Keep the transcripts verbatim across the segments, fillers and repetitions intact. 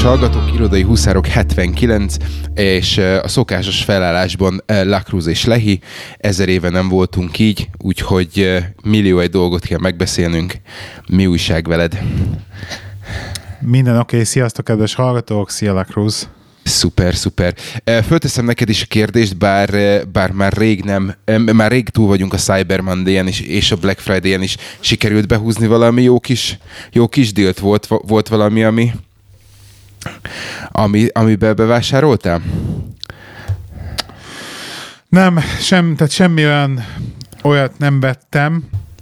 hallgatók, Irodai Huszárok hetvenkilenc, és a szokásos felállásban Lacruz és Lehi. Ezer éve nem voltunk így, úgyhogy millió egy dolgot kell megbeszélnünk. Mi újság veled? Minden oké, okay. Sziasztok, kedves hallgatók, szia Lacruz. Szuper, szuper. Fölteszem neked is a kérdést, bár, bár már rég nem, már rég túl vagyunk a Cyber Monday-en is, és a Black Friday-en is. Sikerült behúzni valami jó kis, jó kis dílt? Volt, volt valami, ami, ami, amiben bevásároltál? Nem, sem, tehát semmi olyan, olyat nem vettem,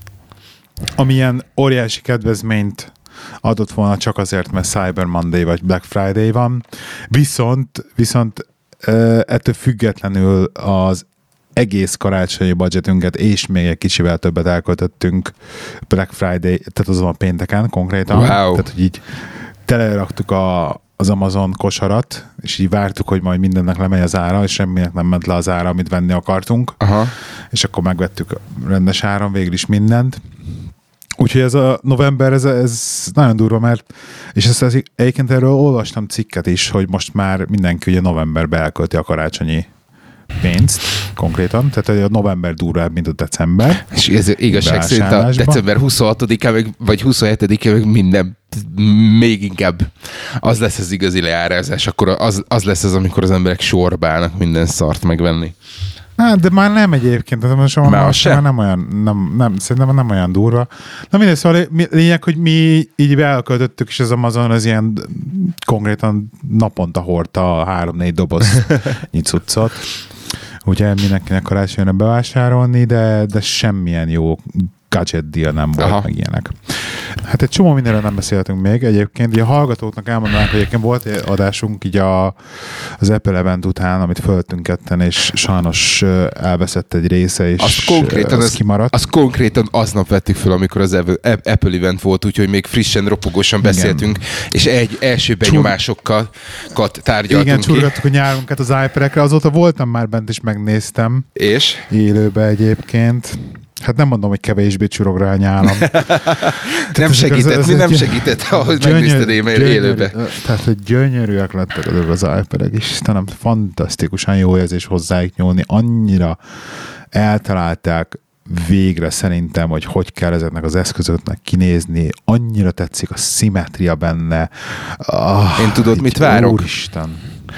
amilyen óriási kedvezményt adott volna csak azért, mert Cyber Monday vagy Black Friday van. Viszont, viszont ettől függetlenül az egész karácsonyi budgetünket és még egy kicsivel többet elköltöttünk Black Friday, tehát azon a pénteken konkrétan. Wow. Tehát, hogy így teleraktuk a, az Amazon kosarat, és így vártuk, hogy majd mindennek lemegy az ára, és semminek nem ment le az ára, amit venni akartunk. Aha. És akkor megvettük rendes áron végül is mindent. Úgyhogy ez a november, ez, ez nagyon durva, mert és ezt, ezt egyébként erről olvastam cikket is, hogy most már mindenki ugye novemberbe elkölti a karácsonyi pénzt konkrétan, tehát a november durvább, mint a december. És ez igazság szerint a december huszonhatodikán meg, vagy huszonhetedikén meg minden még inkább az lesz az igazi leárázás, akkor az, az lesz az, amikor az emberek sorba állnak minden szart megvenni. Hát, de már nem egyébként, tehát most már, már, most már nem olyan, nem, nem, szerintem nem olyan durva. Na mindegy, szóval lényeg, hogy mi így elköltöttük, és az Amazon az ilyen konkrétan naponta hordta a három-négy doboz cuccot. Úgyhogy mindenkinek karácsonyra bevásárolni, de, de semmilyen jó gadget deal nem volt. Aha. Meg ilyenek. Hát egy csomó mindenről nem beszéltünk még. Egyébként így a hallgatóknak elmondanánk, hogy egyébként volt egy adásunk így a, az Apple event után, amit föltünk ketten, és sajnos elveszett egy része, és azt konkrétan az az, kimaradt. Azt konkrétan aznap vettük föl, amikor az Apple event volt, úgyhogy még frissen, ropogósan beszéltünk, igen. És egy első benyomásokkal tárgyaltunk. Igen, csurgattuk a nyárunkat az iPad-ekre, azóta voltam már bent, és megnéztem. És? Élőbe egyébként. Hát nem mondom, hogy kevésbé csurog rá a nyálam. nem segített, ez, ez mi nem segített, ahogy gyönyör, megnézted én élőbe. Tehát, hogy gyönyörűek lettek azok az iPad-ek, és Istenem, fantasztikusan jó érzés hozzájuk nyúlni. Annyira eltalálták végre szerintem, hogy hogy kell ezeknek az eszközöknek kinézni. Annyira tetszik a szimmetria benne. Ah, én tudod, mit várok? Úristen.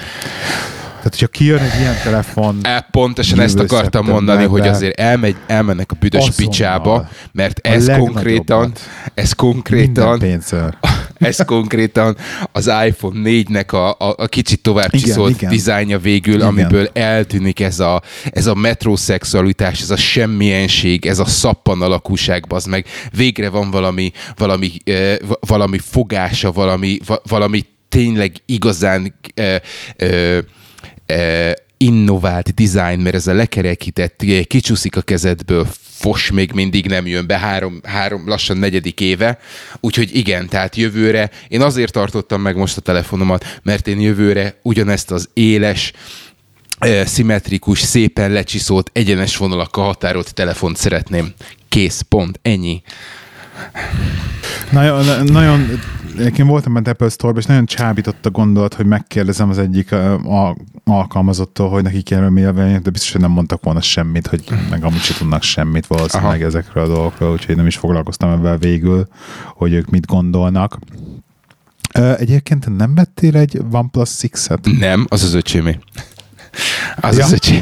Tehát, hogyha kijön egy ilyen telefon... E, pontosan ezt akartam mondani, hogy azért elmegy, elmennek a büdös picsába, mert ez konkrétan, ez konkrétan, ez konkrétan az iPhone négynek a, a, a kicsit tovább csiszolt dizájnja végül, igen. Amiből eltűnik ez a, ez a metroszexualitás, ez a semmienség, ez a szappan alakúság, bazd meg. Végre van valami, valami, uh, valami fogása, valami, va, valami tényleg igazán... Uh, uh, Uh, innovált design, mert ez a lekerekített, kicsúszik a kezedből, fos még mindig nem jön be, három, három lassan negyedik éve, úgyhogy igen, tehát jövőre, én azért tartottam meg most a telefonomat, mert én jövőre ugyanezt az éles, uh, szimmetrikus, szépen lecsiszolt, egyenes vonalakkal határolt telefont szeretném. Kész, pont, ennyi. Nagyon, nagyon én voltam bent Apple Store-ban, és nagyon csábított a gondolat, hogy megkérdezem az egyik a, a, alkalmazottól, hogy neki kell élvelni, de biztos, hogy nem mondtak volna semmit, hogy meg amúgy se tudnak semmit valószínűleg Aha. ezekről a dolgokról, úgyhogy nem is foglalkoztam ebben végül, hogy ők mit gondolnak. Egyébként nem vettél egy OnePlus hat-et? Nem, az az öcsémé. Az ja. az öcsém.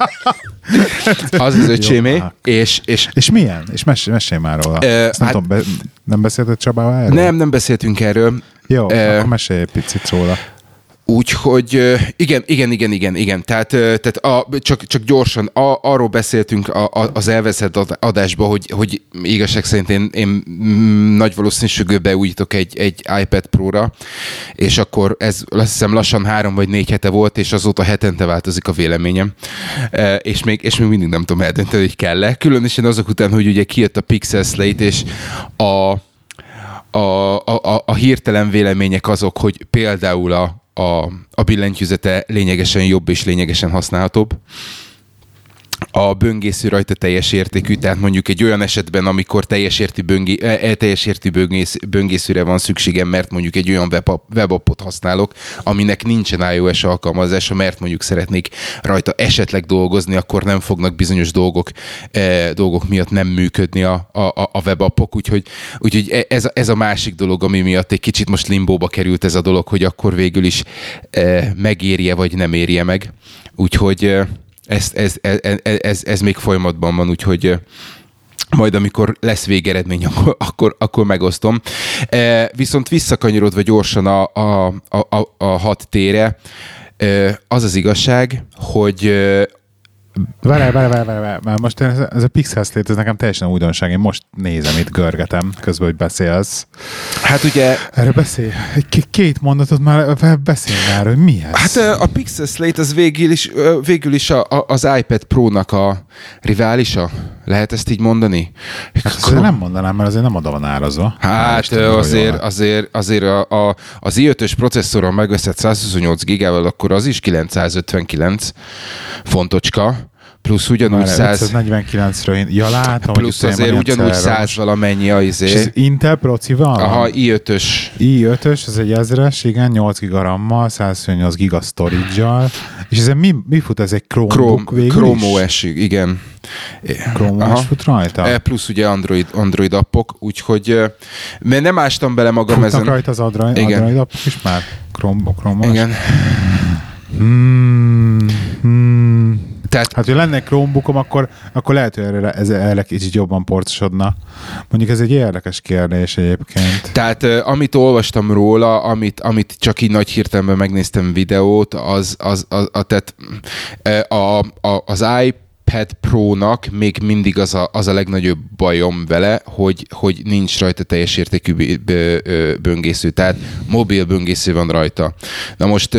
Az az öcsémé. És, és, és milyen? És mesélj, mesélj már róla. Uh, nem, hát, tudom, be, nem beszélted Csabával erről? Nem, nem beszéltünk erről. Jó, uh, akkor mesélj egy picit róla. Úgyhogy igen, igen, igen, igen, igen. Tehát, tehát a, csak, csak gyorsan a, arról beszéltünk a, a, az elveszett adásban, hogy, hogy igazság szerint én, én nagy valószínűséggel beújítok egy, egy iPad Pro-ra, és akkor ez azt hiszem lassan három vagy négy hete volt, és azóta hetente változik a véleményem. És még, és még mindig nem tudom eldönteni, hogy kell-e. Különösen azok után, hogy ugye kijött a Pixel Slate, és a, a, a, a hirtelen vélemények azok, hogy például a A, a billentyűzete lényegesen jobb és lényegesen használhatóbb. a böngésző rajta teljes értékű, tehát mondjuk egy olyan esetben, amikor teljes értékű böngé, teljes értékű böngész, böngészőre van szükségem, mert mondjuk egy olyan webapp, webappot használok, aminek nincsen iOS alkalmazása, mert mondjuk szeretnék rajta esetleg dolgozni, akkor nem fognak bizonyos dolgok, eh, dolgok miatt nem működni a, a, a webappok, úgyhogy, úgyhogy ez, ez a másik dolog, ami miatt egy kicsit most limbóba került ez a dolog, hogy akkor végül is eh, megérje, vagy nem érje meg. Úgyhogy eh, Ez, ez, ez, ez, ez még folyamatban van, úgyhogy majd amikor lesz végeredmény, akkor, akkor, akkor megosztom. Viszont visszakanyarodva gyorsan a, a, a, a hat tére, az az igazság, hogy Várj, várj, várj, várj, várj. Most ez, ez a Pixel Slate, ez nekem teljesen újdonság. Én most nézem, itt görgetem, közben, hogy beszélsz. Hát ugye... Erről beszélj. Két mondatot már beszélj már, hogy mi ez? Hát a Pixel Slate az végül is, végül is a, a, az iPad Pro-nak a riválisa. Lehet ezt így mondani? Hát ezt nem mondanám, mert azért nem oda van árazva. Hát Isten, azért, azért, azért a, a, az i ötös processzoron megveszett százhuszonnyolc gigával, akkor az is kilencszázötvenkilenc fontocska. Plusz ugyanúgy száz... ötszáznegyvenkilencről, ja látom, plusz hogy azért ugyanúgy száz valamennyi a izé. És ez Intel proci van? Aha, i ötös. i ötös, ez egy ezres, igen, nyolc giga RAM-mal, százhuszonnyolc giga storage-jal. És ez mi, mi fut? Ez egy Chromebook Chrome, végül Chrome o es, igen. Chrome o es fut rajta? Plusz ugye Android, Android appok, úgyhogy mert nem ástam bele magam Futnak ezen. rajta az Android, Android appok is már? Chrome, Chrome o es? Igen. Hmm, hmm. Tehát, hát, ha lenne Chromebookom, akkor, akkor lehet, hogy erre, ez erre kicsit jobban porcosodna. Mondjuk ez egy érdekes kérdés egyébként. Tehát amit olvastam róla, amit, amit csak így nagy hirtelenben megnéztem videót, az, az, az, az, tehát, a, a, az iPad Pro-nak még mindig az a, az a legnagyobb bajom vele, hogy, hogy nincs rajta teljes értékű böngésző, tehát mobil böngésző van rajta. Na most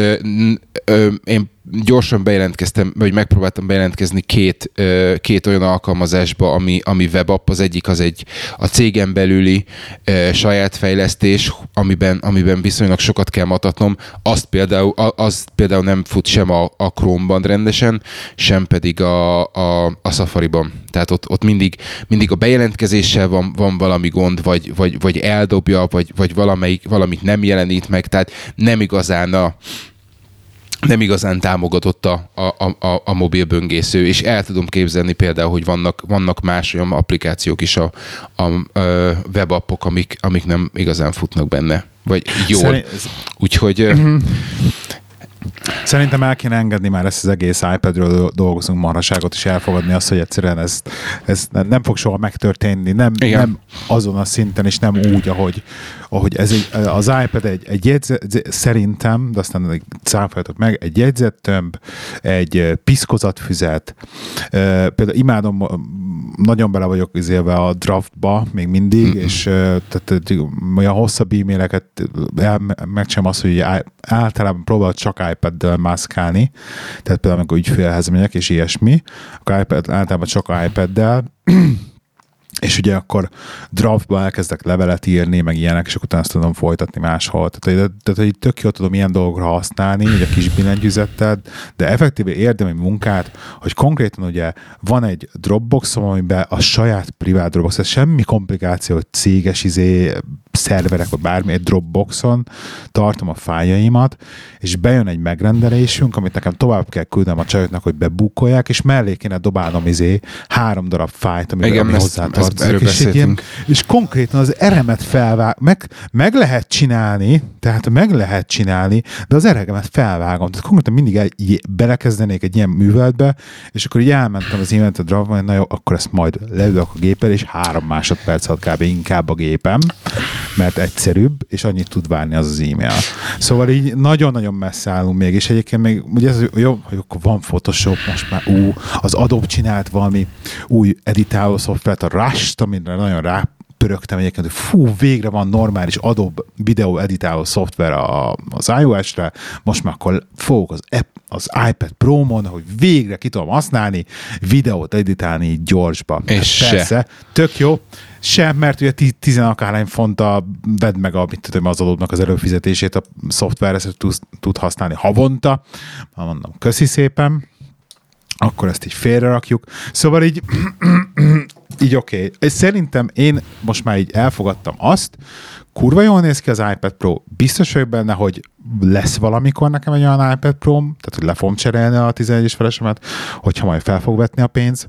én gyorsan bejelentkeztem, vagy megpróbáltam bejelentkezni két, két olyan alkalmazásba, ami, ami webapp, az egyik az egy a cégen belüli saját fejlesztés, amiben, amiben viszonylag sokat kell matatnom, azt például, az például nem fut sem a, a Chrome-ban rendesen, sem pedig a, a, a Safari-ban. Tehát ott, ott mindig, mindig a bejelentkezéssel van, van valami gond, vagy, vagy, vagy eldobja, vagy, vagy valamelyik, valamit nem jelenít meg, tehát nem igazán a nem igazán támogatott a, a, a, a mobil böngésző, és el tudom képzelni például, hogy vannak, vannak más olyan applikációk is, a, a, a webappok, amik, amik nem igazán futnak benne, vagy jól. Szerint... Úgyhogy... Mm-hmm. Szerintem el kéne engedni már ezt az egész iPadről dolgozunk marhaságot, és elfogadni azt, hogy egyszerűen ez, ez nem fog soha megtörténni, nem, nem azon a szinten, és nem úgy, ahogy, ahogy ez egy, az iPad egy, egy jegyzet, szerintem, de aztán cáfoljatok meg, egy jegyzettömb, egy piszkozatfüzet, például imádom, nagyon bele vagyok izélve a draftba még mindig, mm-hmm. és tehát olyan hosszabb e-maileket meg sem az, hogy általában próbálok csak iPad-del mászkálni, tehát például amikor ügyfélhez megyek, és ilyesmi, akkor iPad, általában csak iPad-del, és ugye akkor draftba elkezdek levelet írni, meg ilyenek, és akkor utána azt tudom folytatni máshol. Tehát, tehát hogy tök jól tudom ilyen dolgokra használni, ugye a kis billentyűzettel, de effektíve érdemi munkát, hogy konkrétan ugye van egy Dropboxom, amiben a saját privát Dropbox, ez semmi komplikáció, hogy céges izé, szerverek, vagy bármi, egy Dropboxon tartom a fájljaimat, és bejön egy megrendelésünk, amit nekem tovább kell küldenem a csajoknak, hogy bebukkolják, és mellé kéne dobálnom izé három darab fájt, amiben ami hozzá tartozik. És, ilyen, és konkrétan az eremet felvág, meg, meg lehet csinálni, tehát meg lehet csinálni, de az eremet felvágom. Tehát konkrétan mindig el, belekezdenék egy ilyen műveletbe, és akkor így elmentem az e-mailt a Dropboxon, hogy na jó, akkor ezt majd leülök a géppel, és három másodperc alatt kb. Inkább a gépem, mert egyszerűbb, és annyit tud várni az az e-mail. Szóval így nagyon-nagyon messze állunk még, és egyébként még, ugye ez jó, hogy akkor van Photoshop, most már ú, az Adobe csinált valami új editáló szoftvert, a Rush-t, amire nagyon rá pörögtem egyébként, hogy fú, végre van normális Adobe videó editáló szoftver az iOS-re, most már akkor fogok az, app, az iPad Pro-mon, hogy végre ki tudom használni, videót editálni így gyorsba. És hát persze, tök jó, sem, mert ugye tizenakárhány fonta vedd meg a, mit tudom, az adódnak az előfizetését a szoftverre, ezt tud, tud használni havonta. Mondom, köszi szépen. akkor ezt így félrerakjuk. Szóval így, így oké. Okay. És szerintem én most már így elfogadtam azt, kurva jól néz ki az iPad Pro. Biztos vagyok benne, hogy lesz valamikor nekem egy olyan iPad Pro-m, tehát hogy le fogom cserélni a tizenegyes felesemet, hogyha majd fel fog vetni a pénz,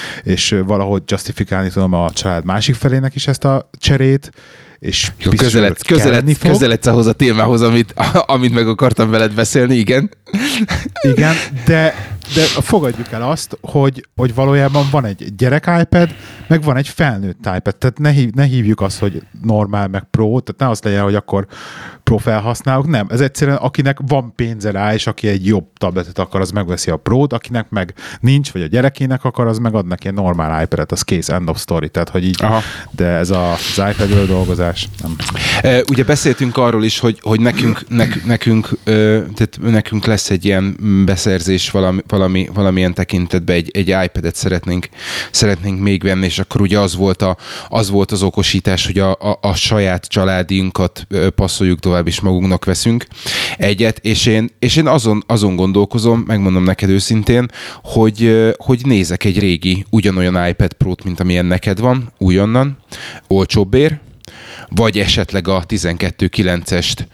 és valahogy justifikálni tudom a család másik felének is ezt a cserét, és jó, közeledsz, közeledsz, közeledsz ahhoz a témához, amit, amit meg akartam veled beszélni, igen. Igen, de, de fogadjuk el azt, hogy, hogy valójában van egy gyerek iPad, meg van egy felnőtt iPad, tehát ne, hív, ne hívjuk azt, hogy normál, meg pro, tehát ne azt legyen, hogy akkor pro felhasználók, nem. Ez egyszerűen, akinek van pénze rá, és aki egy jobb tabletet akar, az megveszi a Pro-t, akinek meg nincs, vagy a gyerekének akar, az meg ad neki egy normál iPad-et, az kész, end of story, tehát hogy így, aha. De ez a, az iPad-ről dolgozás, nem. E, ugye beszéltünk arról is, hogy, hogy nekünk, nek, nekünk, ö, tehát nekünk lesz egy ilyen beszerzés valami, valami, valamilyen tekintetben, egy, egy iPad-et szeretnénk, szeretnénk még venni, és akkor ugye az volt, a, az, volt az okosítás, hogy a, a, a saját családinkat passzoljuk tovább, és magunknak veszünk egyet, és én, és én azon, azon gondolkozom, megmondom neked őszintén, hogy, hogy nézek egy régi, ugyanolyan iPad Pro-t, mint amilyen neked van, újonnan, olcsóbbér, vagy esetleg a tizenkettő kilencest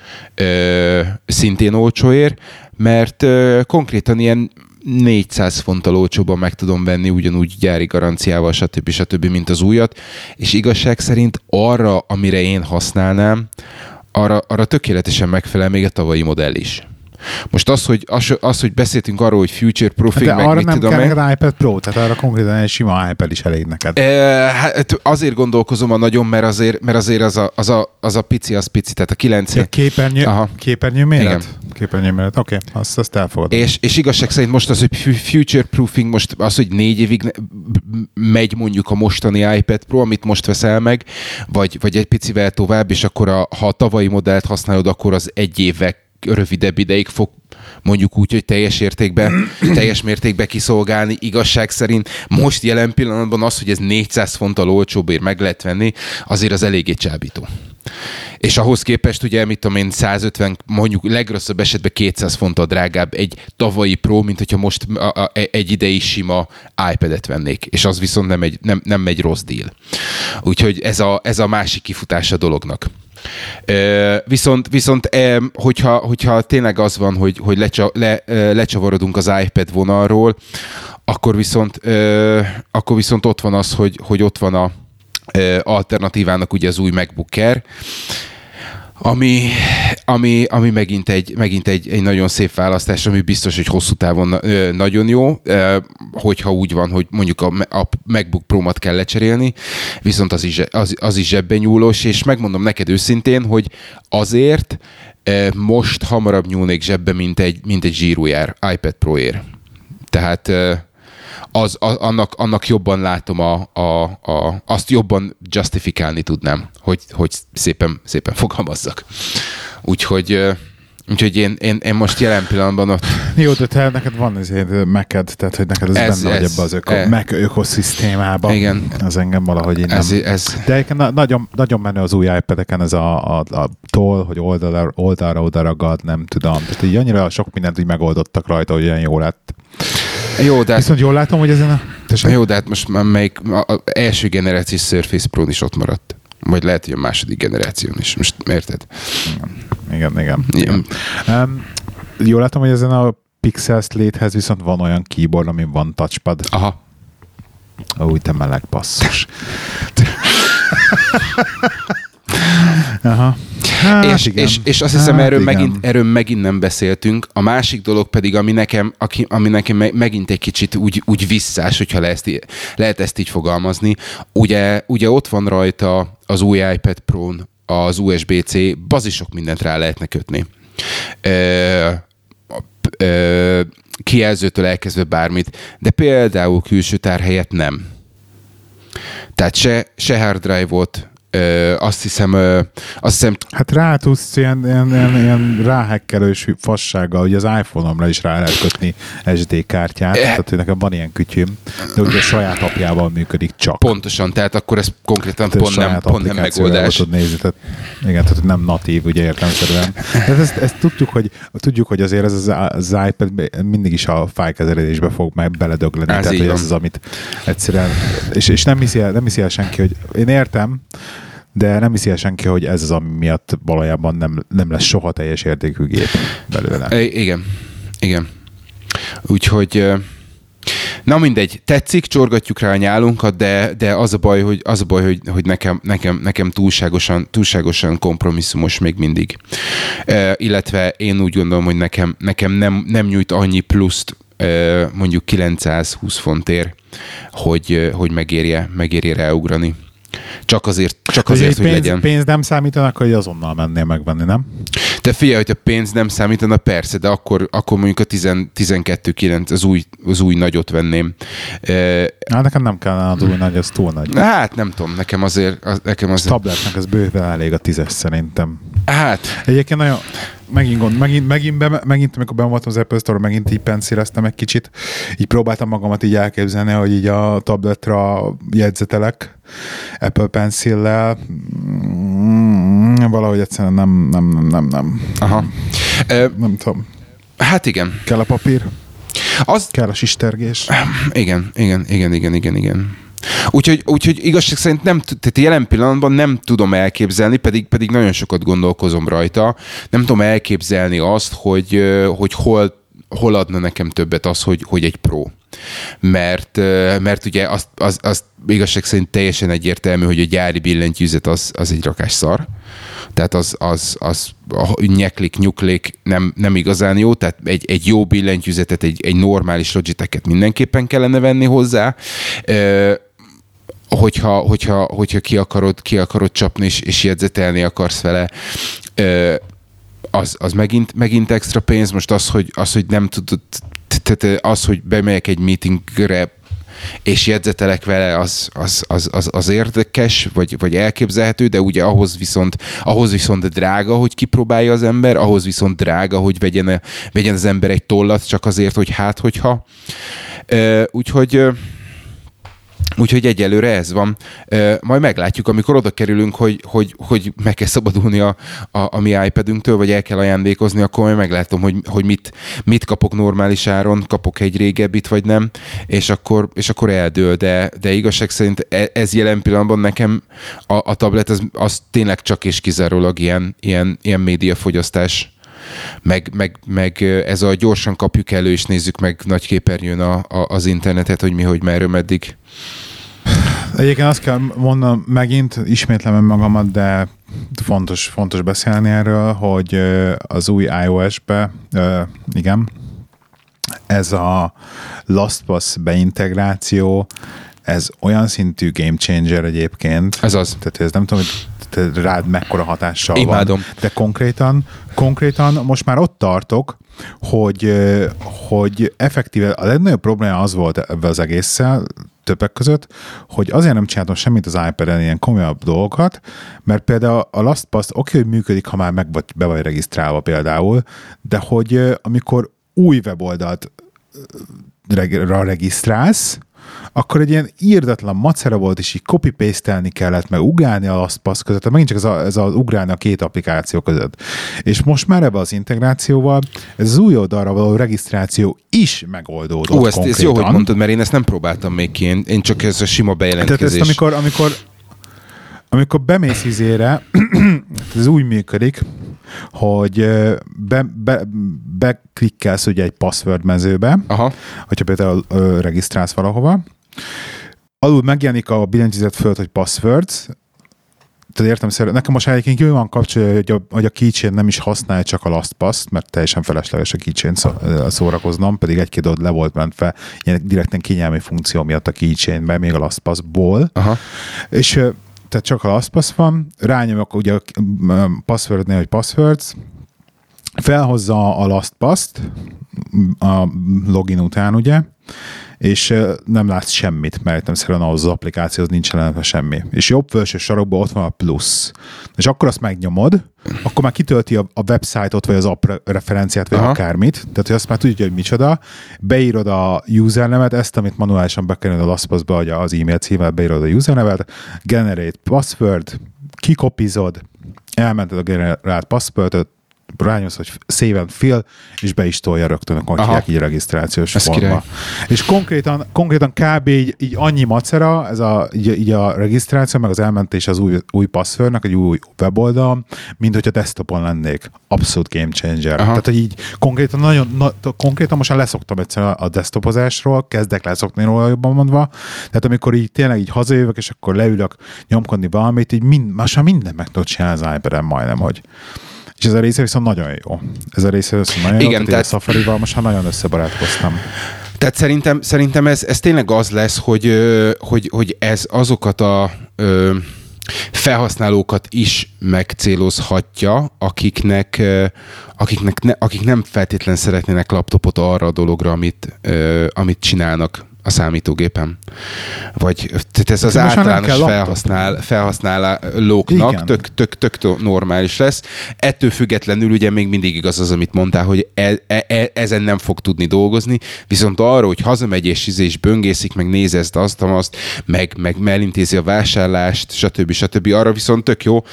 ö, szintén olcsóér, mert ö, konkrétan ilyen négyszáz fonttal olcsóban meg tudom venni, ugyanúgy gyári garanciával, stb. stb., mint az újat, és igazság szerint arra, amire én használnám, arra, arra tökéletesen megfelel még a tavalyi modell is. Most az, hogy, az, az, hogy beszéltünk arról, hogy future proofing, de meg arra mit nem tudom kell meg... neked iPad Pro, tehát arra konkrétan egy sima iPad is elég neked. E, hát azért gondolkozom a nagyon, mert azért, mert azért az, a, az, a, az a pici, az pici, tehát a kilenc... Ja, képernyő, képernyő méret? Igen. Képernyő méret, oké, okay, azt, azt elfogadom. És, és igazság szerint most az, hogy future proofing, most az, hogy négy évig megy mondjuk a mostani iPad Pro, amit most veszel meg, vagy, vagy egy picivel tovább, és akkor a, ha a tavalyi modellt használod, akkor az egy évek rövidebb ideig fog mondjuk úgy, hogy teljes értékben, teljes mértékben kiszolgálni. Igazság szerint most jelen pillanatban az, hogy ez négyszáz fonttal olcsóbbért meg lehet venni, azért az eléggé csábító. És ahhoz képest ugye, mit tudom én, százötven, mondjuk legrosszabb esetben kétszáz fonttal drágább egy tavalyi Pro, mint hogyha most a, a, egy idei sima iPad-et vennék. És az viszont nem egy, nem, nem egy rossz deal. Úgyhogy ez a, ez a másik kifutása dolognak. Uh, viszont, viszont um, hogyha, hogyha tényleg az van, hogy, hogy lecsa, le, uh, lecsavarodunk az iPad vonalról, akkor viszont, uh, akkor viszont ott van az, hogy, hogy ott van a uh, alternatívának ugye az új MacBook Air, ami, ami, ami megint, egy, megint egy, egy nagyon szép választás, ami biztos, hogy hosszú távon ö, nagyon jó, ö, hogyha úgy van, hogy mondjuk a, a MacBook Pro-mat kell lecserélni, viszont az is, az, az is zsebben nyúlós, és megmondom neked őszintén, hogy azért ö, most hamarabb nyúlnék zsebbe, mint egy, mint egy zsírójár iPad Pro-ér. Tehát ö, az, az, annak, annak jobban látom, a, a, a, azt jobban justifikálni tudnám, hogy, hogy szépen, szépen fogalmazzak. Úgyhogy, úgyhogy én, én, én most jelen pillanatban ott... Jó, de te neked van ezért Mac-ed, tehát hogy neked ez, ez benne ez, vagy ebbe az öko, ez, Mac ökoszisztémában. Igen. Az engem valahogy én ez, nem... Ez. De egyébként nagyon, nagyon menő az új iPad-eken ez a, a, a toll, hogy oldalra, oldalra oda ragad, nem tudom. Tehát így annyira sok mindent így megoldottak rajta, hogy olyan jó lett. Jó, de... Viszont jól látom, hogy ezen a... Tessék? Jó, de hát most már melyik, az első generációs Surface Pro is ott maradt. Vagy lehet, hogy a második generáción is. Most érted? Igen, igen. igen. Um, jól látom, hogy ezen a Pixel Slate-hez viszont van olyan keyboard, amin van touchpad. Aha. Úgy te meleg basszus. Aha. Hát és, és, és azt hiszem, hát erről, megint, erről megint nem beszéltünk. A másik dolog pedig, ami nekem, aki, ami nekem megint egy kicsit úgy, úgy visszás, hogyha le ezt, lehet ezt így fogalmazni. Ugye, ugye ott van rajta az új iPad Pro-n az u es bé cé, bazisok mindent rá lehetne kötni. Ö, ö, kijelzőtől elkezdve bármit, de például külső tár helyett nem. Tehát se, se hard drive-ot, Ö, azt hiszem, ö, azt hiszem... Hát rá tudsz ilyen, ilyen, ilyen, ilyen ráhekkelős fassággal, hogy az iPhone-omra is rá lehet kötni es dé kártyát, e... tehát hogy nekem van ilyen kütyüm, de ugye a saját apjával működik csak. Pontosan, tehát akkor ez konkrétan tehát pont nem, pont nem megoldás. Tud nézni, tehát, igen, tehát nem natív, ugye értelemszerűen. Tehát ezt, ezt tudjuk, hogy, tudjuk, hogy azért ez az, az iPad mindig is a fájlkezelésbe fog meg beledögleni, tehát hogy ez az, amit egyszerűen, és, és nem hiszi el, nem hiszi el senki, hogy én értem, de nem hiszi el senki, hogy ez az, ami miatt valójában nem, nem lesz soha teljes értékű gép belőle. I- igen, igen. Úgyhogy na mindegy, tetszik, csorgatjuk rá a nyálunkat, de, de az a baj, hogy, az a baj, hogy, hogy nekem, nekem, nekem túlságosan, túlságosan kompromisszumos még mindig. E, illetve én úgy gondolom, hogy nekem, nekem nem, nem nyújt annyi pluszt, e, mondjuk kilencszázhúsz fontért, hogy, hogy megérje, megérje ráugrani. Csak azért, csak azért hogy pénz, legyen. Pénz nem számítanak, hogy azonnal mennél megvenni, nem? De figyelj, hogy a pénz nem számítana, persze, de akkor, akkor mondjuk a tizenkettő kilenc az új, az új nagyot venném. Hát nekem nem kellene az új nagy, az túl nagy. Hát nem tudom, nekem azért... Az, nekem azért... A tabletnek ez bőven elég a tízes szerintem. Hát... Egyébként nagyon... Megint, gond, megint, megint, be, megint, amikor bevoltam az Apple Store-ra, megint így pencéleztem egy kicsit. Így próbáltam magamat így elképzelni, hogy így a tabletra jegyzetelek Apple Pencil-lel. Mm, valahogy egyszerűen nem, nem, nem, nem, nem. Aha. Nem, nem tudom. Hát igen. Kell a papír? Az... Kell a sistergés? Igen, igen, igen, igen, igen, igen. Úgyhogy, úgyhogy igazság szerint nem, tehát jelen pillanatban nem tudom elképzelni, pedig, pedig nagyon sokat gondolkozom rajta, nem tudom elképzelni azt, hogy, hogy hol, hol adna nekem többet az, hogy, hogy egy Pro. Mert, mert ugye az, az, az igazság szerint teljesen egyértelmű, hogy a gyári billentyűzet az, az egy rakás szar. Tehát az, az, az nyeklik, nyuklik nem, nem igazán jó, tehát egy, egy jó billentyűzetet, egy, egy normális Logitech-et mindenképpen kellene venni hozzá. Hogyha, hogyha, hogyha ki, akarod, ki akarod csapni és, és jegyzetelni akarsz vele, az, az megint, megint extra pénz. Most az, hogy, az, hogy nem tudod, tehát az, hogy bemegyek egy meetingre és jegyzetelek vele, az, az, az, az, az érdekes, vagy, vagy elképzelhető, de ugye ahhoz viszont, ahhoz viszont drága, hogy kipróbálja az ember, ahhoz viszont drága, hogy vegyen, vegyen az ember egy tollat csak azért, hogy hát, hogyha. Úgyhogy Úgyhogy egyelőre ez van. Majd meglátjuk, amikor oda kerülünk, hogy, hogy, hogy meg kell szabadulni a, a, a mi iPadünktől, vagy el kell ajándékozni, akkor majd meglátom, hogy, hogy mit, mit kapok normális áron, kapok egy régebbit, vagy nem, és akkor, és akkor eldől. De, de igazság szerint ez jelen pillanatban nekem a, a tablet, az, az tényleg csak és kizárólag ilyen, ilyen, ilyen médiafogyasztás. Meg, meg, meg ez a gyorsan kapjuk elő, és nézzük meg nagy képernyőn a, a, az internetet, hogy mi, hogy merről, meddig. Egyébként azt kell mondanom megint, ismétlem magamat, de fontos, fontos beszélni erről, hogy az új iOS-be, igen, ez a LastPass beintegráció, ez olyan szintű game changer egyébként. Ez az. Tehát ez nem tudom, hogy rád mekkora hatással Imádom. van. De konkrétan, konkrétan most már ott tartok, hogy, hogy effektíve a legnagyobb probléma az volt ebben az egésszel, többek között, hogy azért nem csináltam semmit az iPad-en ilyen komolyabb dolgokat, mert például a LastPass oké, hogy működik, ha már meg vagy, be vagy regisztrálva például, de hogy amikor új weboldalt regisztrálsz, akkor egy ilyen írdatlan macera volt, és így copy-pastelni kellett, meg ugrálni a LastPass között, megint csak ez, a, ez az ugrálni a két applikáció között. És most már ebben az integrációval ez az új oldalra való regisztráció is megoldódott. Ó, ezt, ezt jó, hogy mondtad, mert én ezt nem próbáltam még ki, én, én csak ez a sima bejelentkezés. Tehát ezt amikor, amikor, amikor bemész izére, ez úgy működik, hogy be, be, beklikkelsz ugye egy password mezőbe, aha, hogyha például ö, regisztrálsz valahova, alul megjelenik a billentyűzet fölött, hogy passwords, tehát értem szerint, nekem most egyébként jól van kapcsolja, hogy a, hogy a keychain nem is használja csak a LastPass, mert teljesen felesleges a keychain szó, szórakoznom, pedig egy-két dolog le volt ment fel, ilyen direkten kényelmi funkció miatt a keychainben, még a LastPassból, aha, és tehát csak a LastPass van, rányomok ugye a passwordnél, hogy passwords, felhozza a LastPass-t a login után, ugye, és nem látsz semmit, mert nem szerint ahhoz az applikációhoz nincs ellenve semmi. És jobb felső sarokban ott van a plusz. És akkor azt megnyomod, akkor már kitölti a, a website-ot, vagy az app referenciát, vagy Aha. akármit, tehát hogy azt már tudja, hogy micsoda, beírod a usernevet, ezt, amit manuálisan bekerülöd a LastPass-ba, vagy az e-mail címmel, beírod a usernevet, generate password, kikopizod, elmented a generált passwordot, rányomsz, hogy save and fill, és be is tolja rögtön, akkor hívják így regisztrációs ez forma. Király. És konkrétan, konkrétan kb. Így, így annyi macera, ez a, így, így a regisztráció, meg az elmentés az új, új passwordnak, egy új weboldal, mint hogyha desktopon lennék. Abszolút game changer. Aha. Tehát, hogy így konkrétan nagyon, na, konkrétan most már leszoktam egyszer a desktopozásról, kezdek leszokni róla jobban mondva, tehát amikor így tényleg így hazajövök, és akkor leülök nyomkodni valamit, így mind, most már minden meg tudod csinálni az iPad-en majdnem, hogy és ez a része viszont nagyon jó. Ez a része viszont nagyon Igen, jó, tehát a Safari-val most már nagyon összebarátkoztam. Tehát szerintem, szerintem ez, ez tényleg az lesz, hogy, hogy, hogy ez azokat a ö, felhasználókat is megcélozhatja, akiknek, akiknek ne, akik nem feltétlenül szeretnének laptopot arra a dologra, amit, ö, amit csinálnak a számítógépen. Vagy tehát ez az általános felhasznál, felhasználóknak tök, tök, tök normális lesz. Ettől függetlenül ugye még mindig igaz az, amit mondtál, hogy e, e, ezen nem fog tudni dolgozni, viszont arra, hogy hazamegy és, és böngészik, meg nézi ezt, azt, azt, meg, meg elintézi a vásárlást, stb. stb. Arra viszont tök jó.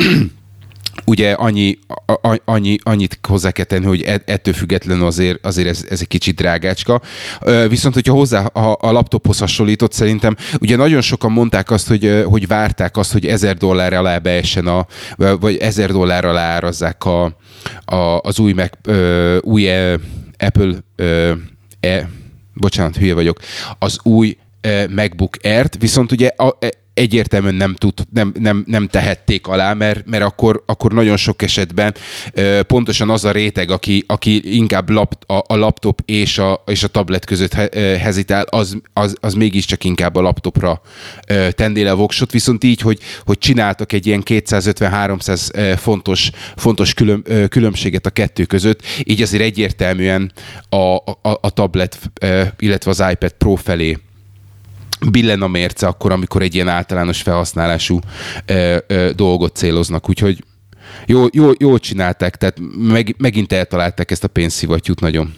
Ugye annyi, annyi, annyit hozzá kell tenni, hogy ettől függetlenül azért, azért ez, ez egy kicsit drágácska. Viszont, hogyha hozzá a, a laptophoz hasonlított, szerintem ugye nagyon sokan mondták azt, hogy, hogy várták azt, hogy ezer dollár alá beessen a, vagy ezer dollár alá árazzák a, a, az új, Mac, új Apple, e, bocsánat, hülye vagyok, az új MacBook Air-t, viszont ugye a, egyértelműen nem, tud, nem, nem, nem tehették alá, mert, mert akkor, akkor nagyon sok esetben ö, pontosan az a réteg, aki, aki inkább lap, a, a laptop és a, és a tablet között he, ö, hezitál, az, az, az mégiscsak inkább a laptopra ö, tendél a voksot, viszont így, hogy, hogy csináltak egy ilyen kétszázötven-háromszáz fontos, fontos külön, ö, különbséget a kettő között, így azért egyértelműen a, a, a tablet, ö, illetve az iPad Pro felé billen a mérce akkor, amikor egy ilyen általános felhasználású ö, ö, dolgot céloznak. Úgyhogy jó, jó, jól csinálták, tehát meg, megint eltalálták ezt a pénzszivattyút nagyon.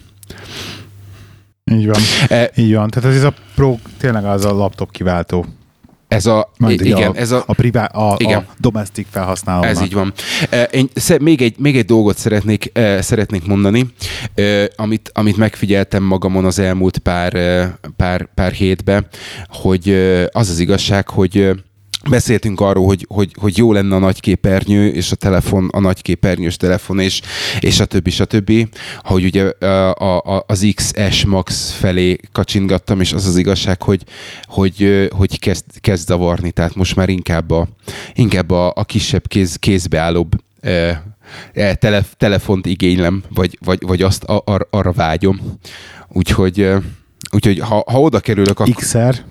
Így van. E, így van. Tehát ez a Pro tényleg az a laptop kiváltó. Ez a, igen, a, ez a, a, privá, a, igen. a domestic felhasználónak. Ez így van. Én még egy, még egy dolgot szeretnék, szeretnék mondani, amit, amit megfigyeltem magamon az elmúlt pár, pár, pár hétben, hogy az az igazság, hogy beszéltünk arról, hogy, hogy, hogy jó lenne a nagyképernyő, és a telefon, a nagyképernyős telefon, és, és a többi, a többi, hogy ugye a, a, az iksz es Max felé kacsingattam, és az az igazság, hogy, hogy, hogy kezd, kezd zavarni, tehát most már inkább a, inkább a, a kisebb kéz, kézbeállóbb e, e, tele, telefont igénylem, vagy, vagy, vagy azt a, ar, arra vágyom. Úgyhogy, úgyhogy ha, ha oda kerülök, akkor... iksz er?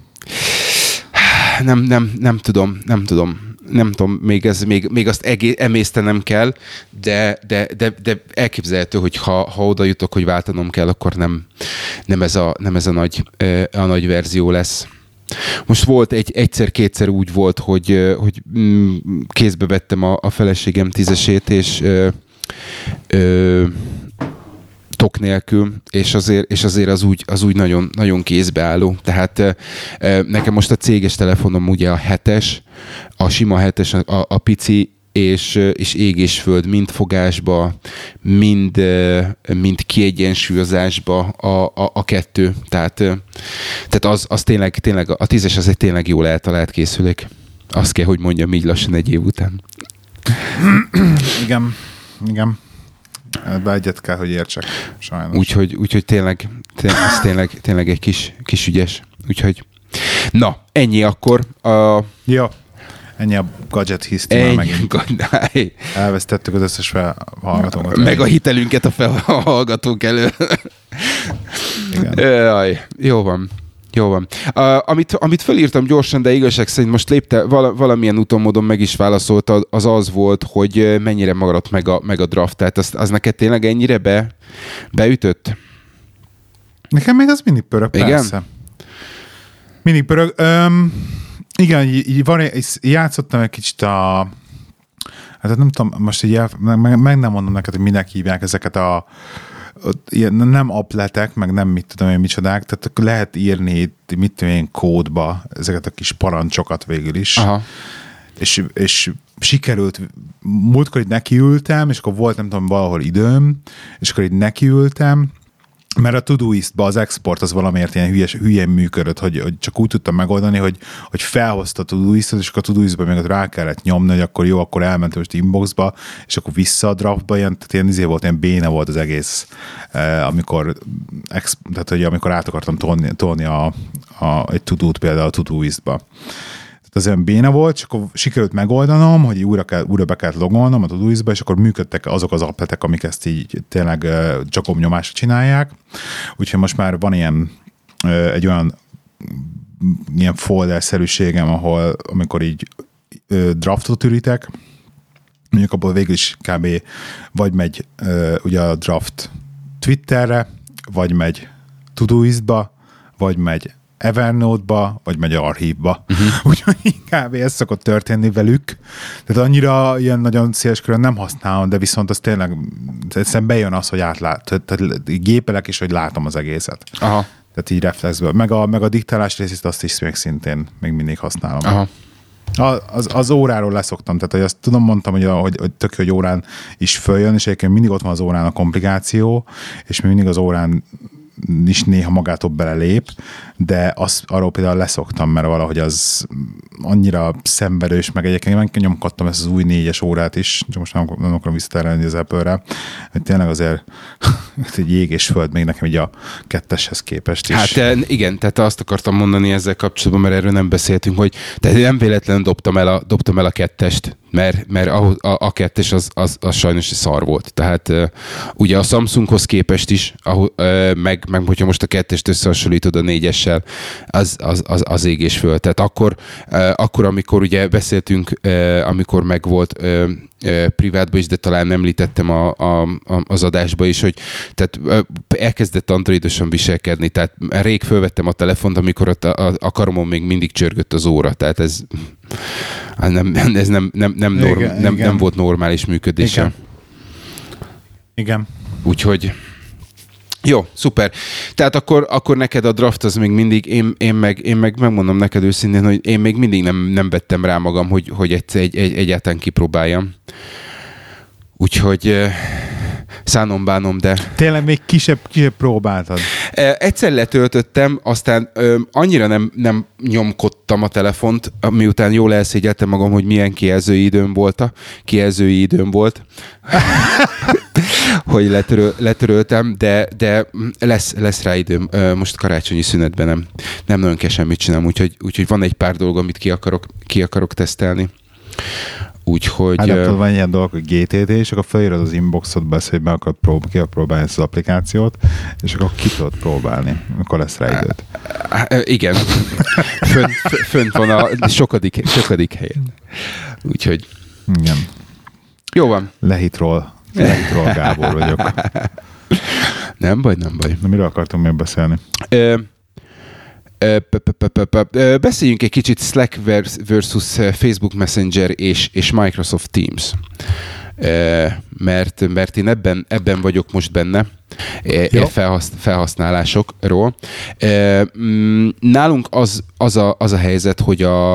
Nem, nem, nem tudom, nem tudom. Nem tudom, még, ez, még, még azt egész, emésztenem kell, de, de, de, de elképzelhető, hogy ha, ha oda jutok, hogy váltanom kell, akkor nem, nem ez, a, nem ez a, nagy, a nagy verzió lesz. Most volt egy, egyszer-kétszer úgy volt, hogy, hogy kézbe vettem a, a feleségem tízesét, és ö, ö, tok nélkül, és azért, és azért az úgy, az úgy nagyon, nagyon kézbeálló. Tehát e, nekem most a céges telefonom ugye a hetes, a sima hetes, a, a pici, és, és ég és föld, mind fogásba, mind, mind kiegyensúlyozásba a, a, a kettő. Tehát, tehát az, az tényleg, tényleg, a tízes az egy tényleg jól eltalált készülék. Azt kell, hogy mondjam így lassan egy év után. Igen, igen. Ebbe egyet kell, hogy értsek, sajnos. Úgyhogy, úgyhogy tényleg, tényleg, ez tényleg, tényleg egy kis, kis ügyes. Úgyhogy, na, ennyi akkor. A... Jó, ennyi a gadget hiszti megint. Gad... Elvesztettük az összes felhallgatókat. Meg a hitelünket a felhallgatók elő. Igen. Jaj, jó van. Jó van. Uh, amit, amit felírtam gyorsan, de igazság szerint most lépte, val- valamilyen úton módon meg is válaszolt, az az volt, hogy mennyire maradt meg a, meg a draft. Tehát az, az neked tényleg ennyire be, beütött? Nekem még az mindig pörög, igen? Persze. Mindig pörög. Öm, igen, így van, játszottam egy kicsit a... Hát nem tudom, most így el, meg, meg nem mondom neked, hogy minek hívják ezeket a ilyen, nem appletek, meg nem mit tudom én micsodák, tehát lehet írni mit tudom én kódba ezeket a kis parancsokat végül is. Aha. És, és sikerült, múltkor így nekiültem, és akkor volt nem tudom valahol időm, és akkor így nekiültem, mert a Todoist-ba az export az valamiért ilyen hülyes, hülyén működött, hogy, hogy csak úgy tudtam megoldani, hogy, hogy felhozta a Todoist-ot, és akkor a Todoist-ba még rá kellett nyomni, hogy akkor jó, akkor elmentem most inboxba, és akkor vissza a draftba, ilyen, tehát ilyen izé volt, ilyen béna volt az egész, eh, amikor, ex, tehát, hogy amikor át akartam tolni, tolni a, a, egy Todót például a Todoist-ba. Az olyan béna volt, és akkor sikerült megoldanom, hogy újra, kell, újra be kellett logolnom a Todoist-ba, és akkor működtek azok az appletek, amik ezt így tényleg uh, csakomnyomásra csinálják. Úgyhogy most már van ilyen uh, egy olyan ilyen folder-szerűségem, ahol amikor így uh, draftot ürítek, mondjuk abból végül is kb. Vagy megy uh, ugye a draft Twitterre, vagy megy Todoist-ba, vagy megy Evernote-ba, vagy megy archívba. Uh-huh. Úgyhogy inkább ez szokott történni velük. Tehát annyira ilyen nagyon széles körön nem használom, de viszont az tényleg egyszerűen bejön az, hogy átlát. Tehát gépelek is, hogy látom az egészet. Aha. Tehát így reflexből. Meg a, meg a diktálás részét azt is még szintén még mindig használom. Aha. A, az, az óráról leszoktam, tehát hogy azt tudom, mondtam, hogy, a, hogy, hogy tök, hogy órán is följön, és egyébként mindig ott van az órán a komplikáció, és mindig az órán is néha magától belelép, de azt, arról például leszoktam, mert valahogy az annyira szenvedős, meg egyébként nyomkodtam ezt az új négyes órát is, csak most nem, nem akarom visszaterelni az Apple-re, hogy tényleg azért egy jég és föld még nekem így a ketteshez képest is. Hát igen, tehát azt akartam mondani ezzel kapcsolatban, mert erről nem beszéltünk, hogy tehát nem véletlenül dobtam el a, dobtam el a kettest, mert, mert a, a, a kettes az, az, az sajnos szar volt. Tehát uh, ugye a Samsunghoz képest is, ahol, uh, meg, meg hogyha most a kettest összehasonlítod a négyessel, az, az, az, az ég és föl. Tehát akkor, uh, akkor, amikor ugye beszéltünk, uh, amikor megvolt uh, uh, privátba is, de talán említettem a, a, a, az adásba is, hogy tehát uh, elkezdett androidosan viselkedni. Tehát rég fölvettem a telefont, amikor a, a, a karomon még mindig csörgött az óra. Tehát ez nem, ez nem, nem, nem, norm, igen, nem, igen. nem volt normális működése. Igen. igen. Úgyhogy jó, szuper. Tehát akkor, akkor neked a draft az még mindig, én, én, meg, én meg megmondom neked őszintén, hogy én még mindig nem, nem vettem rá magam, hogy, hogy egy, egy, egy, egyáltalán kipróbáljam. Úgyhogy szánom bánom, de... Tényleg még kisebb, kisebb próbáltad? Egyszer letöltöttem, aztán ö, annyira nem, nem nyomkodtam a telefont, miután jól elszégyeltem magam, hogy milyen kijelzői időm volt, a kijelzői időm volt, hogy letöröl, letöröltem, de, de lesz, lesz rá időm. Most karácsonyi szünetben nem, nem nagyon kell semmit csinálni, úgyhogy, úgyhogy van egy pár dolog, amit ki akarok, ki akarok tesztelni. Úgyhogy... Hát nem tudod, van ilyen dolog, hogy gé té té, és akkor felírod az inboxodba ezt, hogy be akarod prób- ki próbálni ezt az applikációt, és akkor ki tudod próbálni, akkor lesz rá időt. Igen. Fönt, fönt van a sokadik, sokadik helyen. Úgyhogy... Igen. Jó van. Lehitról. Lehitról Gábor vagyok. Nem baj, nem baj. Na, miről akartunk még beszélni? Ö, Beszéljünk egy kicsit Slack versus Facebook Messenger és, és Microsoft Teams. Mert, mert én ebben, ebben vagyok most benne, felhasz, felhasználásokról. Nálunk az, az, a, az a helyzet, hogy a,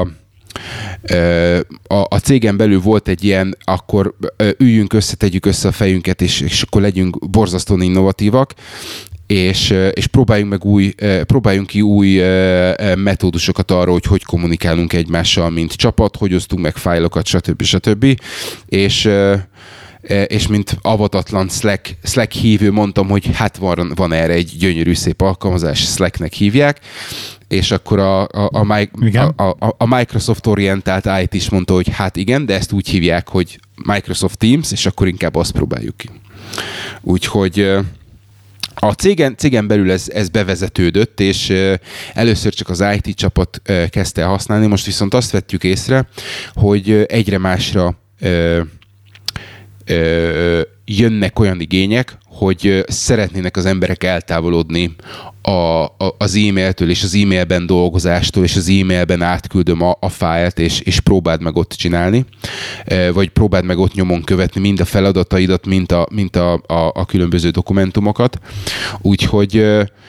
a, a cégen belül volt egy ilyen, akkor üljünk össze, tegyük össze a fejünket, és, és akkor legyünk borzasztóan innovatívak, és, és próbáljunk meg új, próbáljunk ki új metódusokat arra, hogy hogy kommunikálunk egymással, mint csapat, hogy osztunk meg fájlokat, stb. stb. És, és mint avatatlan Slack, Slack hívő mondtam, hogy hát van, van erre egy gyönyörű szép alkalmazás, Slacknek hívják, és akkor a, a, a, a, a, a Microsoft orientált i té is mondta, hogy hát igen, de ezt úgy hívják, hogy Microsoft Teams, és akkor inkább azt próbáljuk ki. Úgyhogy a cégen, cégen belül ez, ez bevezetődött, és először csak az i té csapat kezdte el használni, most viszont azt vettük észre, hogy egyre másra ö, ö, jönnek olyan igények, hogy szeretnének az emberek eltávolodni a, a, az e-mailtől és az e-mailben dolgozástól, és az e-mailben átküldöm a, a fájlt, és, és próbáld meg ott csinálni, vagy próbáld meg ott nyomon követni mind a feladataidat, mind a, mind a, a, a különböző dokumentumokat. Úgyhogy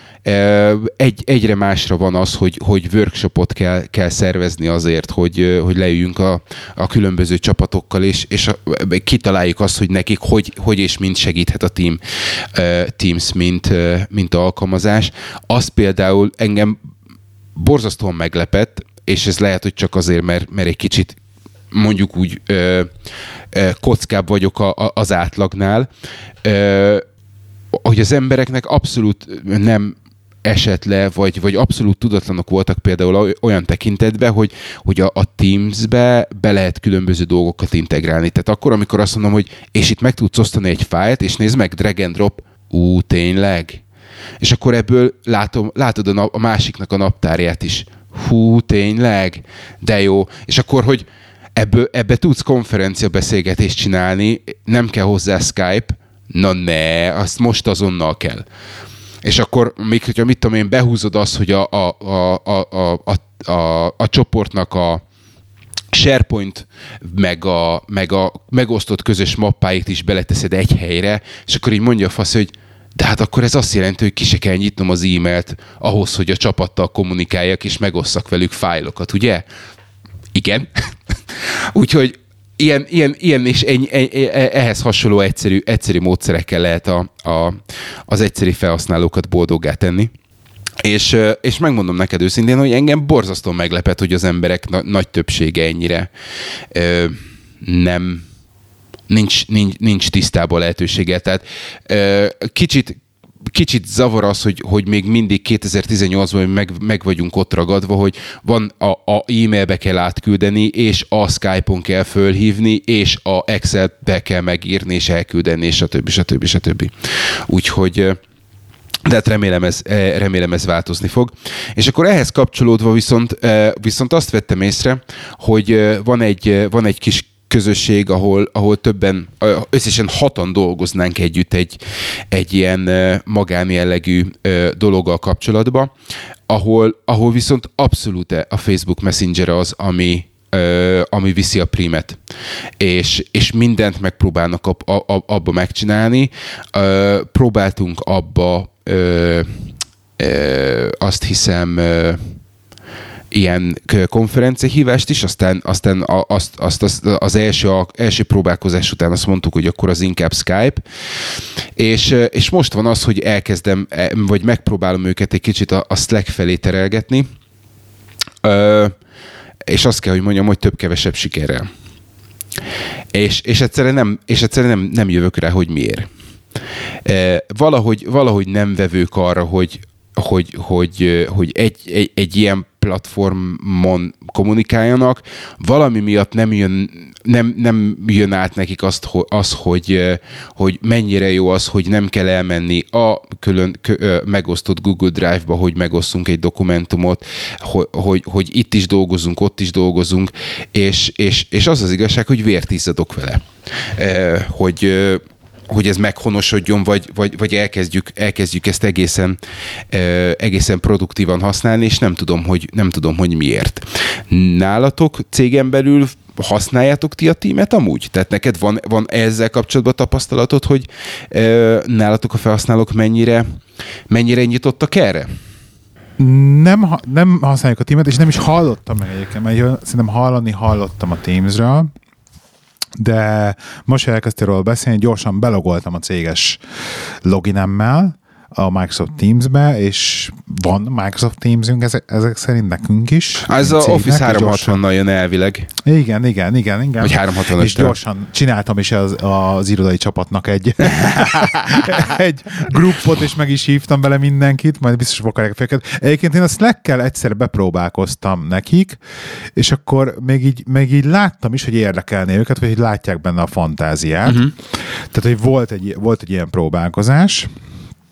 Egy, egyre másra van az, hogy, hogy workshopot kell, kell szervezni azért, hogy, hogy leüljünk a, a különböző csapatokkal, és, és a, kitaláljuk azt, hogy nekik hogy, hogy és mint segíthet a team, Teams, mint, mint alkalmazás. Az például engem borzasztóan meglepett, és ez lehet, hogy csak azért, mert, mert egy kicsit mondjuk úgy ö, ö, kockább vagyok a, a, az átlagnál, ö, hogy az embereknek abszolút nem esett le, vagy, vagy abszolút tudatlanok voltak például olyan tekintetben, hogy, hogy a, a Teams-be be lehet különböző dolgokat integrálni. Tehát akkor, amikor azt mondom, hogy és itt meg tudsz osztani egy fájlt, és nézd meg, drag and drop, ú, tényleg? És akkor ebből látom, látod a, nap, a másiknak a naptárját is. Hú, tényleg? De jó. És akkor, hogy ebből, ebbe tudsz konferenciabeszélgetést csinálni, nem kell hozzá Skype, na ne, azt most azonnal kell. És akkor, még hogyha mit tudom én, behúzod azt, hogy a, a, a, a, a, a, a csoportnak a SharePoint, meg a, meg a megosztott közös mappáit is beleteszed egy helyre, és akkor így mondja a fasz, hogy de hát akkor ez azt jelenti, hogy ki se kell nyitnom az e-mailt ahhoz, hogy a csapattal kommunikáljak, és megosszak velük fájlokat, ugye? Igen. Úgyhogy Ilyen, ilyen, ilyen és ennyi, ehhez hasonló egyszerű, egyszerű módszerekkel lehet a, a, az egyszerű felhasználókat boldoggá tenni. És, és megmondom neked őszintén, hogy engem borzasztóan meglepett, hogy az emberek na, nagy többsége ennyire ö, nem, nincs, nincs, nincs tisztában lehetőséggel. Tehát ö, kicsit Kicsit zavar az, hogy, hogy még mindig kétezer-tizennyolcban meg, meg vagyunk ott ragadva, hogy van a, a e-mailbe kell átküldeni, és a Skype-on kell fölhívni, és a Excel-be kell megírni, és elküldeni, és stb. stb. stb. Úgyhogy de hát remélem ez, remélem ez változni fog. És akkor ehhez kapcsolódva viszont, viszont azt vettem észre, hogy van egy, van egy kis közösség, ahol, ahol többen, összesen hatan dolgoznánk együtt egy, egy ilyen magánjellegű dologgal kapcsolatban, ahol, ahol viszont abszolút a Facebook Messenger az, ami, ami viszi a prímet. És, és mindent megpróbálnak ab, ab, abba megcsinálni. Próbáltunk abba azt hiszem ilyen konferenciahívást is, aztán, aztán azt, azt, azt, az első, első próbálkozás után azt mondtuk, hogy akkor az inkább Skype, és, és most van az, hogy elkezdem, vagy megpróbálom őket egy kicsit a, a Slack felé terelgetni, és azt kell, hogy mondjam, hogy több-kevesebb sikerrel. És, és egyszerűen, nem, és egyszerűen nem, nem jövök rá, hogy miért. Valahogy, valahogy nem vevők arra, hogy, hogy, hogy, hogy egy, egy, egy ilyen platformon kommunikáljanak, valami miatt nem jön, nem, nem jön át nekik azt, az, hogy, hogy mennyire jó az, hogy nem kell elmenni a külön kö, megosztott Google Drive-ba, hogy megosszunk egy dokumentumot, hogy, hogy, hogy itt is dolgozunk, ott is dolgozunk, és, és, és az az igazság, hogy vért izzadok vele. Hogy hogy ez meghonosodjon, vagy, vagy, vagy elkezdjük, elkezdjük ezt egészen, uh, egészen produktívan használni, és nem tudom, hogy, nem tudom, hogy miért. Nálatok cégen belül használjátok ti a Teamet amúgy? Tehát neked van, van ezzel kapcsolatban tapasztalatod, hogy uh, nálatok a felhasználók mennyire, mennyire nyitottak erre? Nem, nem használjuk a Teamet, és nem is hallottam meg egyébként, mert szerintem hallani hallottam a Teamsről, de most elkezdtél róla beszélni, gyorsan belogoltam a céges loginemmel a Microsoft Teams-be, és van Microsoft Teams-ünk ezek, ezek szerint nekünk is. Ez az Office háromszázhatvannal jön elvileg. Igen, igen, igen. igen. Vagy háromszázhatvanöt. És gyorsan csináltam is az, az irodai csapatnak egy, egy grupot, és meg is hívtam bele mindenkit, majd biztos akarják a fejeket. Egyébként én a Slack-kel egyszer bepróbálkoztam nekik, és akkor még így, még így láttam is, hogy érdekelné őket, vagy hogy látják benne a fantáziát. Uh-huh. Tehát, hogy volt egy, volt egy ilyen próbálkozás,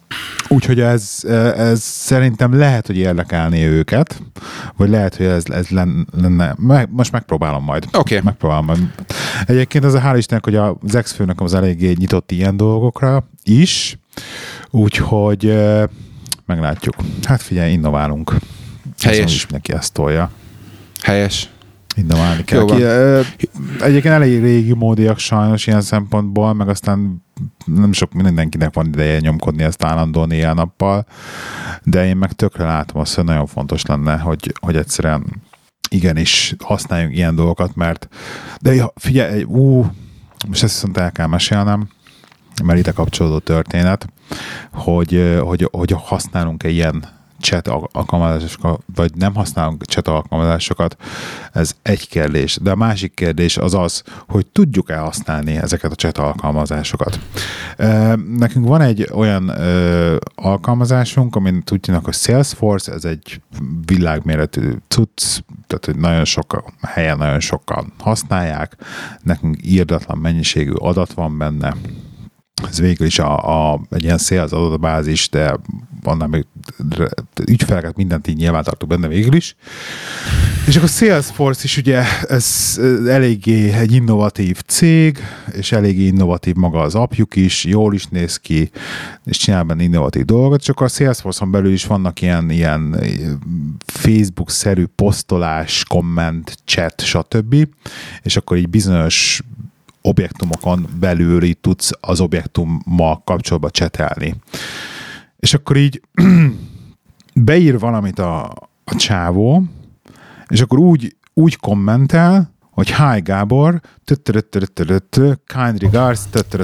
Úgyhogy ez, ez szerintem lehet, hogy érdekelné őket, vagy lehet, hogy ez, ez lenne, most megpróbálom majd. Oké. Okay. Megpróbálom majd. Egyébként az a hál' Istennek, hogy az ex-főnök az eléggé nyitott ilyen dolgokra is, úgyhogy meglátjuk. Hát figyelj, innoválunk. Helyes. Is neki ezt tolja. Helyes. Innoválni kell. Ki, egyébként elég régi módiak sajnos ilyen szempontból, meg aztán nem sok mindenkinek van ideje nyomkodni ezt állandóan éjjel-nappal, de én meg tökre látom azt, hogy nagyon fontos lenne, hogy, hogy egyszerűen igenis használjunk ilyen dolgokat, mert de figyelj, ú, most ezt viszont el kell mesélnem, mert ide kapcsolódó történet, hogy, hogy, hogy használunk-e ilyen chat alkalmazásokat, vagy nem használunk chat alkalmazásokat, ez egy kérdés. De a másik kérdés az az, hogy tudjuk-e használni ezeket a chat alkalmazásokat. Nekünk van egy olyan alkalmazásunk, amin tudjának, hogy Salesforce, ez egy világméretű cucc, tehát hogy nagyon sok helyen nagyon sokan használják, nekünk írdatlan mennyiségű adat van benne, ez végül is a, a, egy ilyen sales adatbázis, de annál még ügyfeleket, mindent így nyilván tartunk benne végül is. És akkor Salesforce is ugye ez eléggé egy innovatív cég, és eléggé innovatív maga az appjuk is, jól is néz ki, és csinál benne innovatív dolgokat, csak a Salesforce-on belül is vannak ilyen, ilyen Facebook-szerű posztolás, komment, chat, stb. És akkor így bizonyos objektumokon belül így tudsz az objektummal kapcsolatban csetelni. És akkor így beír valamit a, a csávó, és akkor úgy, úgy kommentel, hogy hi Gábor, kind regards,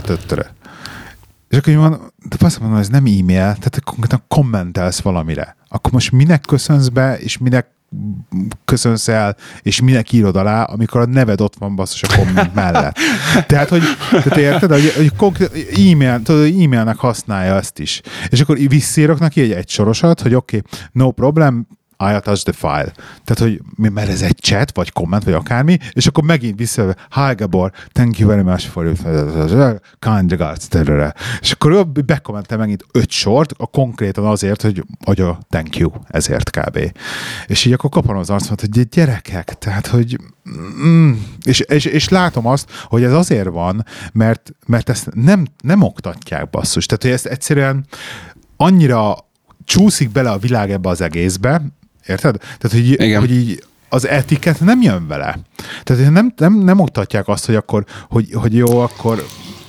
és akkor így van, de azt mondom, ez nem e-mail, tehát konkrétan kommentelsz valamire. Akkor most minek köszönsz be, és minek köszönsz el, és minek írod alá, amikor a neved ott van basszus a komment mellett. Tehát, hogy tehát érted, hogy, hogy konkrét e-mail, tudod, hogy e-mailnek használja ezt is. És akkor visszírok neki egy egysorosat, hogy oké, okay, no problem, I attach the file. Tehát, hogy mert ez egy chat, vagy komment, vagy akármi, és akkor megint vissza, hi Gabor, thank you very much for your kind regards. És akkor bekommentel megint öt sort, a konkrétan azért, hogy, hogy a thank you, ezért kb. És így akkor kapom az arcomat, hogy gyerekek, tehát, hogy mm, és, és, és látom azt, hogy ez azért van, mert, mert ezt nem, nem oktatják basszus. Tehát, hogy ezt egyszerűen annyira csúszik bele a világ ebbe az egészbe, érted? Tehát, hogy, hogy így az etiket nem jön vele. Tehát nem, nem, nem oktatják azt, hogy akkor, hogy, hogy jó, akkor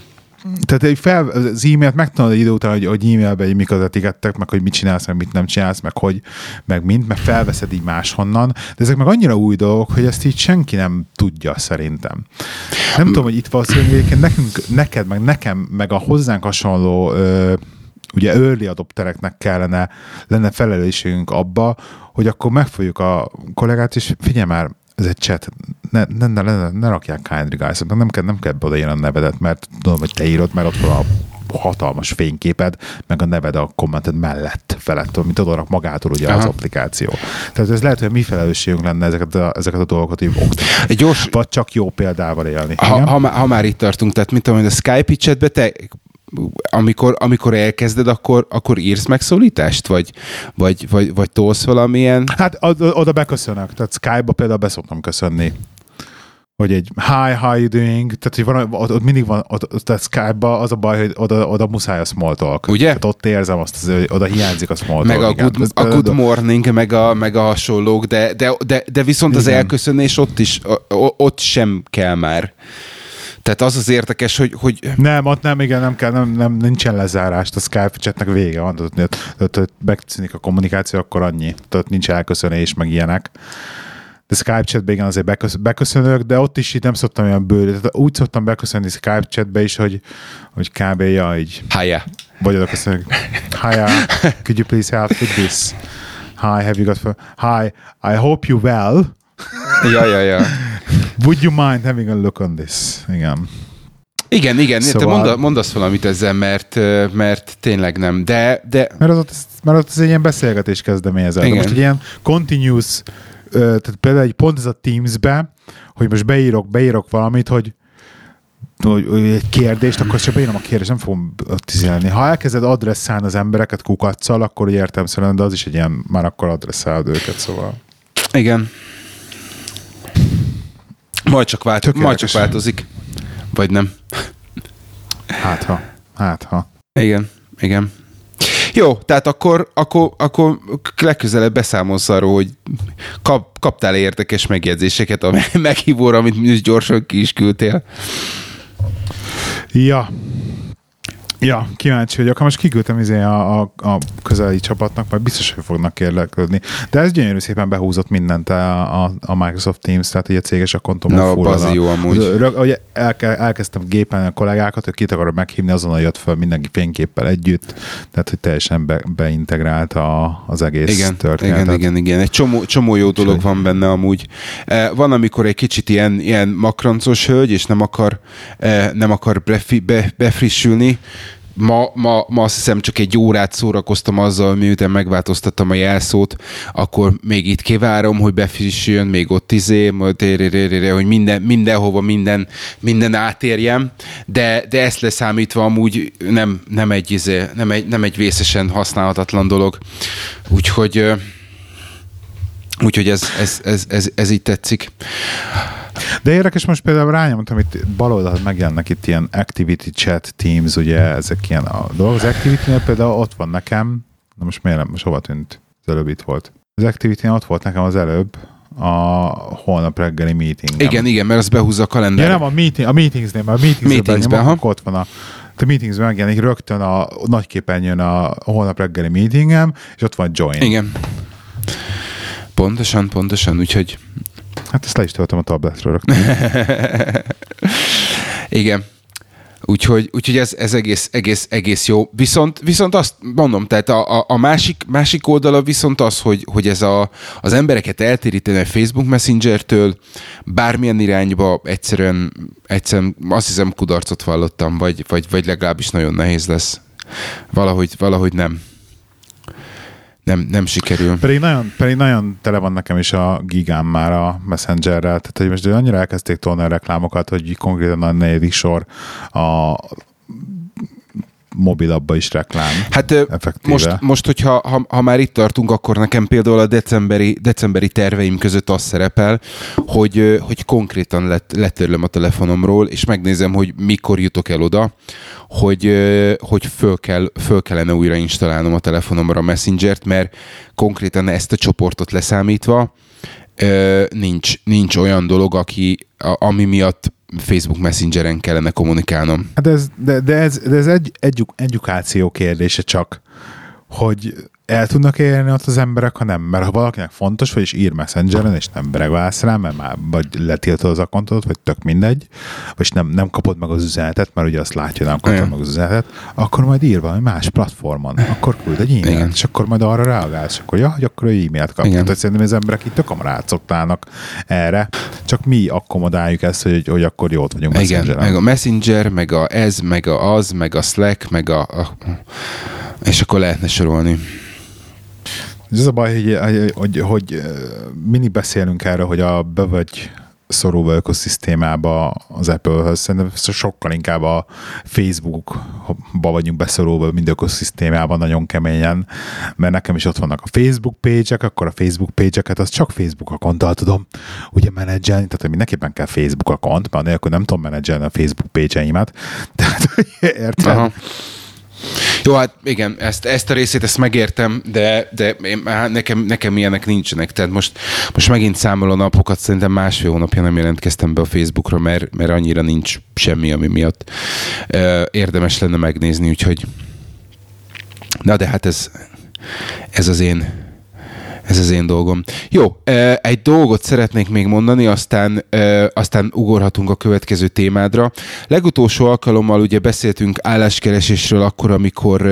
tehát fel, az e-mailt megtanulod egy idő után, hogy, hogy e-mailben mik az etikettek, meg hogy mit csinálsz, meg mit nem csinálsz, meg hogy, meg mind, meg felveszed így máshonnan, de ezek meg annyira új dolgok, hogy ezt így senki nem tudja szerintem. Nem tudom, hogy itt valószínűleg nekünk, neked, meg nekem, meg a hozzánk hasonló ö, ugye early adoptereknek kellene, lenne felelősségünk abba, hogy akkor megfogjuk a kollégát, és figyelj már, ez egy chat, ne, ne, ne, ne, ne rakják kind regards, nem kell, nem kell odaírni a nevedet, mert tudom, hogy te írod, mert ott van a hatalmas fényképed, meg a neved a kommented mellett, felett, mint odarak magától ugye Aha. az applikáció. Tehát ez lehet, hogy mi felelősségünk lenne ezeket a, ezeket a dolgokat így oktatni. Gyors... Vagy csak jó példával élni. Ha, ha, ha már itt tartunk, tehát mint tudom, hogy a Skype chatbe te Amikor, amikor elkezded, akkor, akkor írsz megszólítást? Vagy, vagy, vagy, vagy tolsz valamilyen? Hát oda beköszönök. Tehát Skype-ba például beszoktam köszönni. Hogy egy hi, how you doing? Tehát, hogy van, ott, ott mindig van, ott, tehát Skype-ba az a baj, hogy oda, oda muszáj a small talk. Ugye? Tehát ott érzem azt, hogy oda hiányzik a small meg talk. A good, a good morning, meg a, meg a hasonlók, de, de, de, de viszont igen. Az elköszönés ott is, ott sem kell már. Tehát az az érdekes, hogy... hogy... Nem, ott nem, igen, nem kell, nem, nem, nincsen lezárást, a Skype chatnek vége van, tehát megszűnik a kommunikáció, akkor annyi, tehát nincs elköszönés, meg ilyenek. De Skype chatben igen, azért bekösz, beköszönök, de ott is így nem szoktam olyan bőle, tehát úgy szoktam beköszönni Skype chatbe is, hogy, hogy kb. Ja, így... Hiya. Vagy oda köszönök. Hiya, could you please help with this? Hi, have you got... For... Hi, I hope you well. Ja, ja, ja. Would you mind having a look on this? Igen. Igen, igen. Szóval... Te mondasz, mondasz valamit ezzel, mert, mert tényleg nem. De, de... Mert az ott, mert ott az egy ilyen beszélgetés kezdeményezett. Most egy ilyen continuous, tehát például egy pont ez a Teams-be, hogy most beírok, beírok valamit, hogy egy kérdést, akkor csak beírom a kérdést, nem fogom tizelni. Ha elkezded adresszálni az embereket kukacsal, akkor úgy értelemszerűen, de az is egy ilyen, már akkor adresszálod őket, szóval. Igen. Majd csak, vált, majd csak változik. Vagy nem. Hát ha. Hát ha. Igen. Igen. Jó, tehát akkor, akkor, akkor legközelebb beszámolsz arról, hogy kap, kaptál érdekes megjegyzéseket a meghívóra, amit gyorsan ki is küldtél. Ja. Ja, kíváncsi vagyok. Ha most kiküldtem izé a, a, a közeli csapatnak, majd biztos, hogy fognak érdeklődni. De ez gyönyörű szépen behúzott mindent a, a, a Microsoft Teams, tehát egy céges akkontomon Na, bazi jó amúgy. Ugye elke, elkezdtem gépelni a kollégákat, hogy kit akarok meghívni, azonnal jött fel mindenki fényképpel együtt, tehát hogy teljesen be, beintegrált a, az egész igen, történetet. Igen, igen, igen. Egy csomó, csomó jó dolog Csony. van benne amúgy. Van, amikor egy kicsit ilyen, ilyen makrancos hölgy, és nem akar, nem akar befrissülni. Ma, ma, ma azt hiszem csak egy órát szórakoztam azzal, miután megváltoztattam a jelszót, akkor még itt kivárom, hogy befrissüljön, még ott izé, hogy minden, mindenhova minden, minden átérjem, de, de ezt leszámítva amúgy nem, nem, egy, izé, nem, egy, nem egy vészesen használhatatlan dolog. Úgyhogy, úgyhogy ez, ez, ez, ez, ez így tetszik. De érdekes, most például rányomtam, itt bal oldalt megjelennek itt ilyen Activity Chat Teams, ugye ezek ilyen a dolgok. Az Activity-nél például ott van nekem, na most miért nem, most hova tűnt? Az előbb itt volt. Az Activity-nél ott volt nekem az előbb a holnap reggeli meeting. Igen, igen, mert az behúzza a kalendár. Ja, nem, a, meeting, a meetingsnél, mert a meetingsben nyomok, ott van a a meetingsben megjelenik, rögtön a nagyképernyőn a holnap reggeli meetingem, és ott van join. Igen. Pontosan, pontosan, úgyhogy hát ezt le is töltöm a tabletről rögtön. Igen. Úgyhogy, úgyhogy ez, ez egész, egész, egész jó. Viszont, viszont azt mondom, tehát a, a, a másik, másik oldala viszont az, hogy, hogy ez a, az embereket eltéríteni a Facebook Messengertől bármilyen irányba egyszerűen, egyszerűen azt hiszem kudarcot vallottam, vagy, vagy, vagy legalábbis nagyon nehéz lesz. Valahogy, valahogy nem. Nem, nem sikerül. Pedig nagyon, pedig nagyon tele van nekem is a gigám már a Messengerrel, tehát hogy most annyira elkezdték tolni a reklámokat, hogy konkrétan a negyedik sor a mobilabba is reklám. Hát most, most, hogyha ha, ha már itt tartunk, akkor nekem például a decemberi, decemberi terveim között az szerepel, hogy, hogy konkrétan let, letörlöm a telefonomról, és megnézem, hogy mikor jutok el oda, hogy, hogy föl, kell, föl kellene újra installálnom a telefonomra a Messengert, mert konkrétan ezt a csoportot leszámítva nincs, nincs olyan dolog, aki, ami miatt Facebook Messengeren kellene kommunikálnom. Hát ez, de, de ez, de ez egy edu, edukáció kérdése csak, hogy el tudnak érni ott az emberek, ha nem. Mert ha valakinek fontos, vagy is ír Messengeren, és nem beregválsz rá, mert már vagy letiltod az akkontot, vagy tök mindegy, vagy nem, nem kapod meg az üzenetet, mert ugye azt látja, nem kapod meg az üzenetet, akkor majd ír valami más platformon. Akkor küld egy e-mailt, Igen. és akkor majd arra reagálsz, akkor ja, hogy akkor ő e-mailt kap. Tehát szerintem az emberek itt tök rácogtálnak erre, csak mi akkomodáljuk ezt, hogy, hogy akkor jót vagyunk Messengeren. Igen, meg a Messenger, meg a ez, meg a az, meg a Slack, meg a, a és akkor lehetne sorolni. Ez a baj, hogy, hogy, hogy, hogy mindig beszélünk erről, hogy a be vagy szorulva ökoszisztémába az Apple-höz. Szerintem sokkal inkább a Facebook-ba vagyunk beszorulva, mind ökoszisztémában nagyon keményen, mert nekem is ott vannak a Facebook page-ek, akkor a Facebook page-eket az csak Facebook account-tal tudom ugye menedzselni, tehát mindenképpen kell Facebook account, mert nélkül nem tudom menedzselni a Facebook page-eimet. Tehát érted? Aha. Jó, hát igen, ezt, ezt a részét ezt megértem, de, de én, nekem, nekem ilyenek nincsenek. Tehát most, most megint számoló napokat, szerintem másfél hónapja nem jelentkeztem be a Facebookra, mert, mert annyira nincs semmi, ami miatt uh, érdemes lenne megnézni, úgyhogy na de hát ez, ez az én Ez az én dolgom. Jó, egy dolgot szeretnék még mondani, aztán, aztán ugorhatunk a következő témádra. Legutolsó alkalommal ugye beszéltünk álláskeresésről akkor, amikor,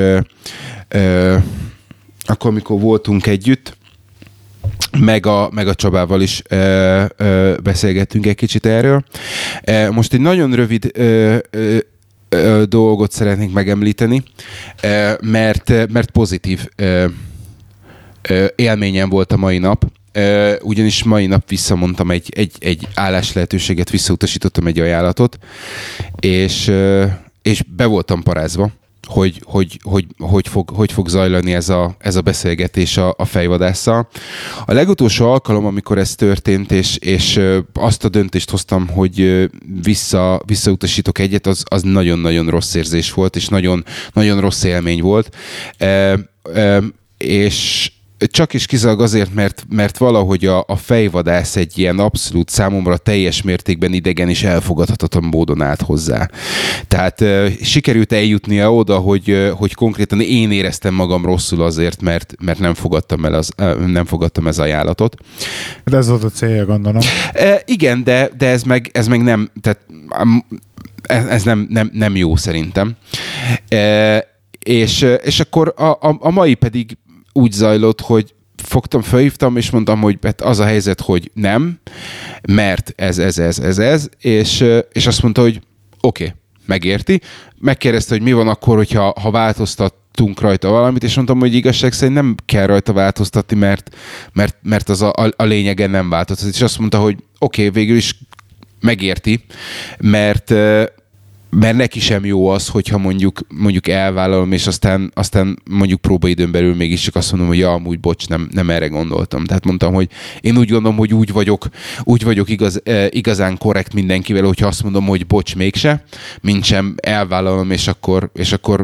akkor, amikor voltunk együtt, meg a, meg a Csabával is beszélgettünk egy kicsit erről. Most egy nagyon rövid dolgot szeretnék megemlíteni, mert, mert pozitív élményem volt a mai nap. ugyanis mai nap visszamondtam egy, egy, egy állás lehetőséget, visszautasítottam egy ajánlatot, és, és be voltam parázva, hogy, hogy, hogy, hogy, fog, hogy fog zajlani ez a, ez a beszélgetés a, a fejvadásszal. A legutolsó alkalom, amikor ez történt, és, és azt a döntést hoztam, hogy vissza, visszautasítok egyet, az, az nagyon-nagyon rossz érzés volt, és nagyon, nagyon rossz élmény volt. E, e, és csak is kizárólag azért, mert, mert valahogy a, a fejvadász egy ilyen abszolút számomra teljes mértékben idegen és elfogadhatatlan módon állt hozzá. Tehát e, sikerült eljutnia oda, hogy, hogy konkrétan én éreztem magam rosszul azért, mert, mert nem fogadtam el az, nem fogadtam ez ajánlatot. De ez volt a célja, gondolom. E, igen, de, de ez, meg, ez meg nem, tehát ez nem, nem, nem jó szerintem. E, és, és akkor a, a, a mai pedig úgy zajlott, hogy fogtam, felhívtam, és mondtam, hogy az a helyzet, hogy nem, mert ez, ez, ez, ez, ez, és, és azt mondta, hogy oké, okay, megérti. Megkérdezte, hogy mi van akkor, hogyha ha változtattunk rajta valamit, és mondtam, hogy igazság szerint nem kell rajta változtatni, mert, mert, mert az a, a, a lényegen nem változtat. És azt mondta, hogy oké, okay, végül is megérti, mert mert neki sem jó az, hogyha mondjuk, mondjuk elvállalom, és aztán, aztán mondjuk próbaidőn belül mégiscsak azt mondom, hogy ja, amúgy bocs, nem, nem erre gondoltam. Tehát mondtam, hogy én úgy gondolom, hogy úgy vagyok, úgy vagyok igaz, igazán korrekt mindenkivel, hogyha azt mondom, hogy bocs, mégse, mint sem elvállalom, és akkor, és akkor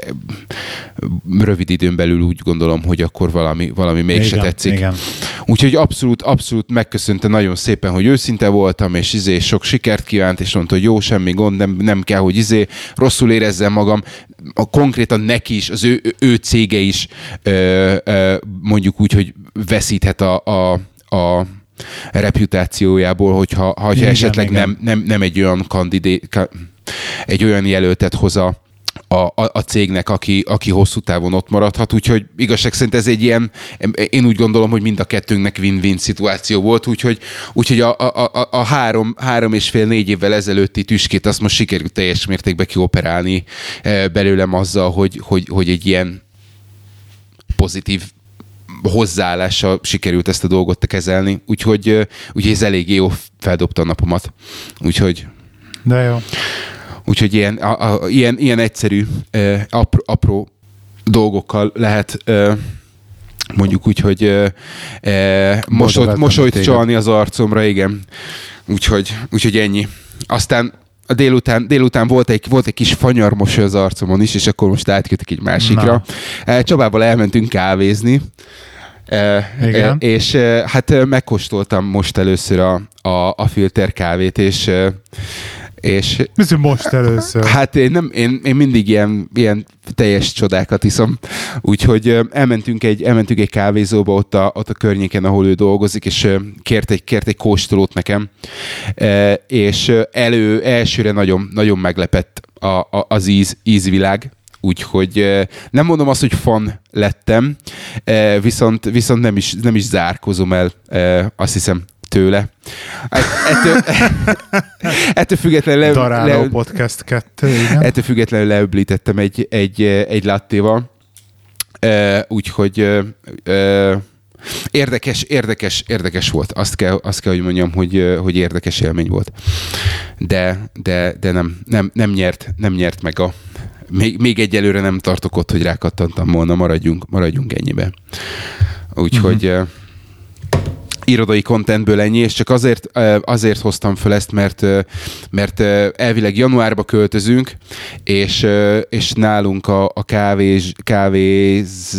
rövid időn belül úgy gondolom, hogy akkor valami, valami mégse igen, tetszik. Igen. Úgyhogy abszolút, abszolút megköszönte nagyon szépen, hogy őszinte voltam, és izé sok sikert kívánt, és mondta, hogy jó, semmi gond, nem, nem kell, hogy izé rosszul érezzem magam. A, konkrétan neki is, az ő, ő cége is ö, ö, mondjuk úgy, hogy veszíthet a, a, a reputációjából, hogyha ha igen, esetleg igen. Nem, nem, nem egy olyan kandidé, egy olyan jelöltet hoz a A, a, a cégnek, aki, aki hosszú távon ott maradhat, úgyhogy igazság szerint ez egy ilyen, én úgy gondolom, hogy mind a kettőnknek win-win szituáció volt, úgyhogy, úgyhogy a, a, a, a három, három és fél, négy évvel ezelőtti tüskét azt most sikerült teljes mértékben kioperálni belőlem azzal, hogy, hogy, hogy egy ilyen pozitív hozzáállással sikerült ezt a dolgot kezelni, úgyhogy, úgyhogy ez eléggé jó feldobta a napomat. Úgyhogy... De jó. Úgyhogy ilyen, a, a, ilyen, ilyen egyszerű, eh, apró, apró dolgokkal lehet eh, mondjuk úgy, hogy eh, mosolyt, mosolyt csalni az arcomra, igen. Úgyhogy, úgyhogy ennyi. Aztán a délután, délután volt, egy, volt egy kis fanyar mosoly az arcomon is, és akkor most átkötök egy másikra. Na. Csabával elmentünk kávézni, igen. és hát megkóstoltam most először a, a, a filter kávét, és És, Mi most először? Hát én, nem, én, én mindig ilyen, ilyen teljes csodákat iszom. Úgyhogy elmentünk egy, elmentünk egy kávézóba ott a, ott a környéken, ahol ő dolgozik, és kért egy, kért egy kóstolót nekem. És elő, elsőre nagyon, nagyon meglepett a, a, az íz, ízvilág. Úgyhogy nem mondom azt, hogy fan lettem, viszont, viszont nem, is, nem is zárkozom el, azt hiszem, tőle. Ettől, ettől függetlenül le, Daráló le, Podcast kettő, igen. Ettől függetlenül leöblítettem egy, egy, egy lattéval. Úgyhogy érdekes, érdekes, érdekes volt. Azt kell, azt kell hogy mondjam, hogy, hogy érdekes élmény volt. De, de, de nem, nem, nem, nyert, nem nyert meg a... Még, még egyelőre nem tartok ott, hogy rákattantam volna. Maradjunk, maradjunk ennyibe. Úgyhogy... Uh-huh. Irodai contentből ennyi, és csak azért, azért hoztam föl ezt, mert, mert elvileg januárba költözünk, és, és nálunk a, a kávés, kávéz,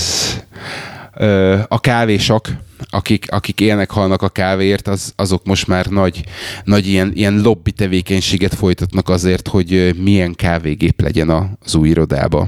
a kávésak, akik, akik élnek, halnak a kávéért, az, azok most már nagy, nagy ilyen, ilyen lobby tevékenységet folytatnak azért, hogy milyen kávégép legyen az új irodába.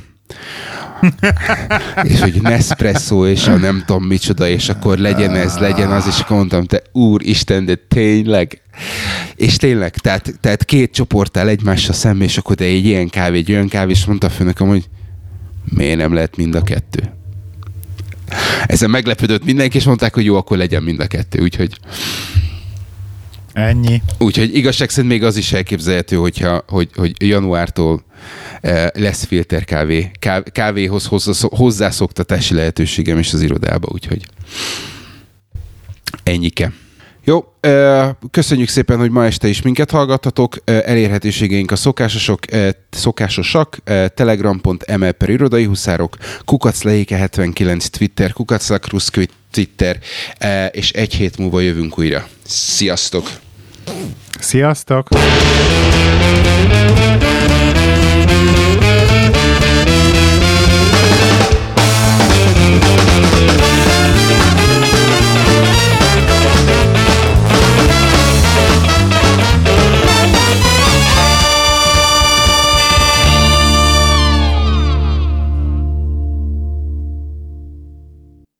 És hogy Nespresso, és a nem tudom micsoda, és akkor legyen ez, legyen az, és akkor mondtam, te úristen, de tényleg. És tényleg, tehát, tehát két csoport áll egymással szembe, és akkor de egy ilyen kávé, egy olyan kávé, és mondta a főnököm, hogy miért nem lehet mind a kettő. Ezen meglepődött mindenki, és mondták, hogy jó, akkor legyen mind a kettő, úgyhogy ennyi. Úgyhogy igazság szerint még az is elképzelhető, hogyha, hogy, hogy januártól eh, lesz filter kávé. Kávéhoz hozzászoktatási lehetőségem is az irodába, úgyhogy Ennyike. Jó, köszönjük szépen, hogy ma este is minket hallgattatok. Elérhetőségeink a szokásosok, szokásosak, telegram pont em e per irodai huszárok, kukacleéke hetvenkilenc Twitter, kukaclakruszkő Twitter, és egy hét múlva jövünk újra. Sziasztok! Sziasztok!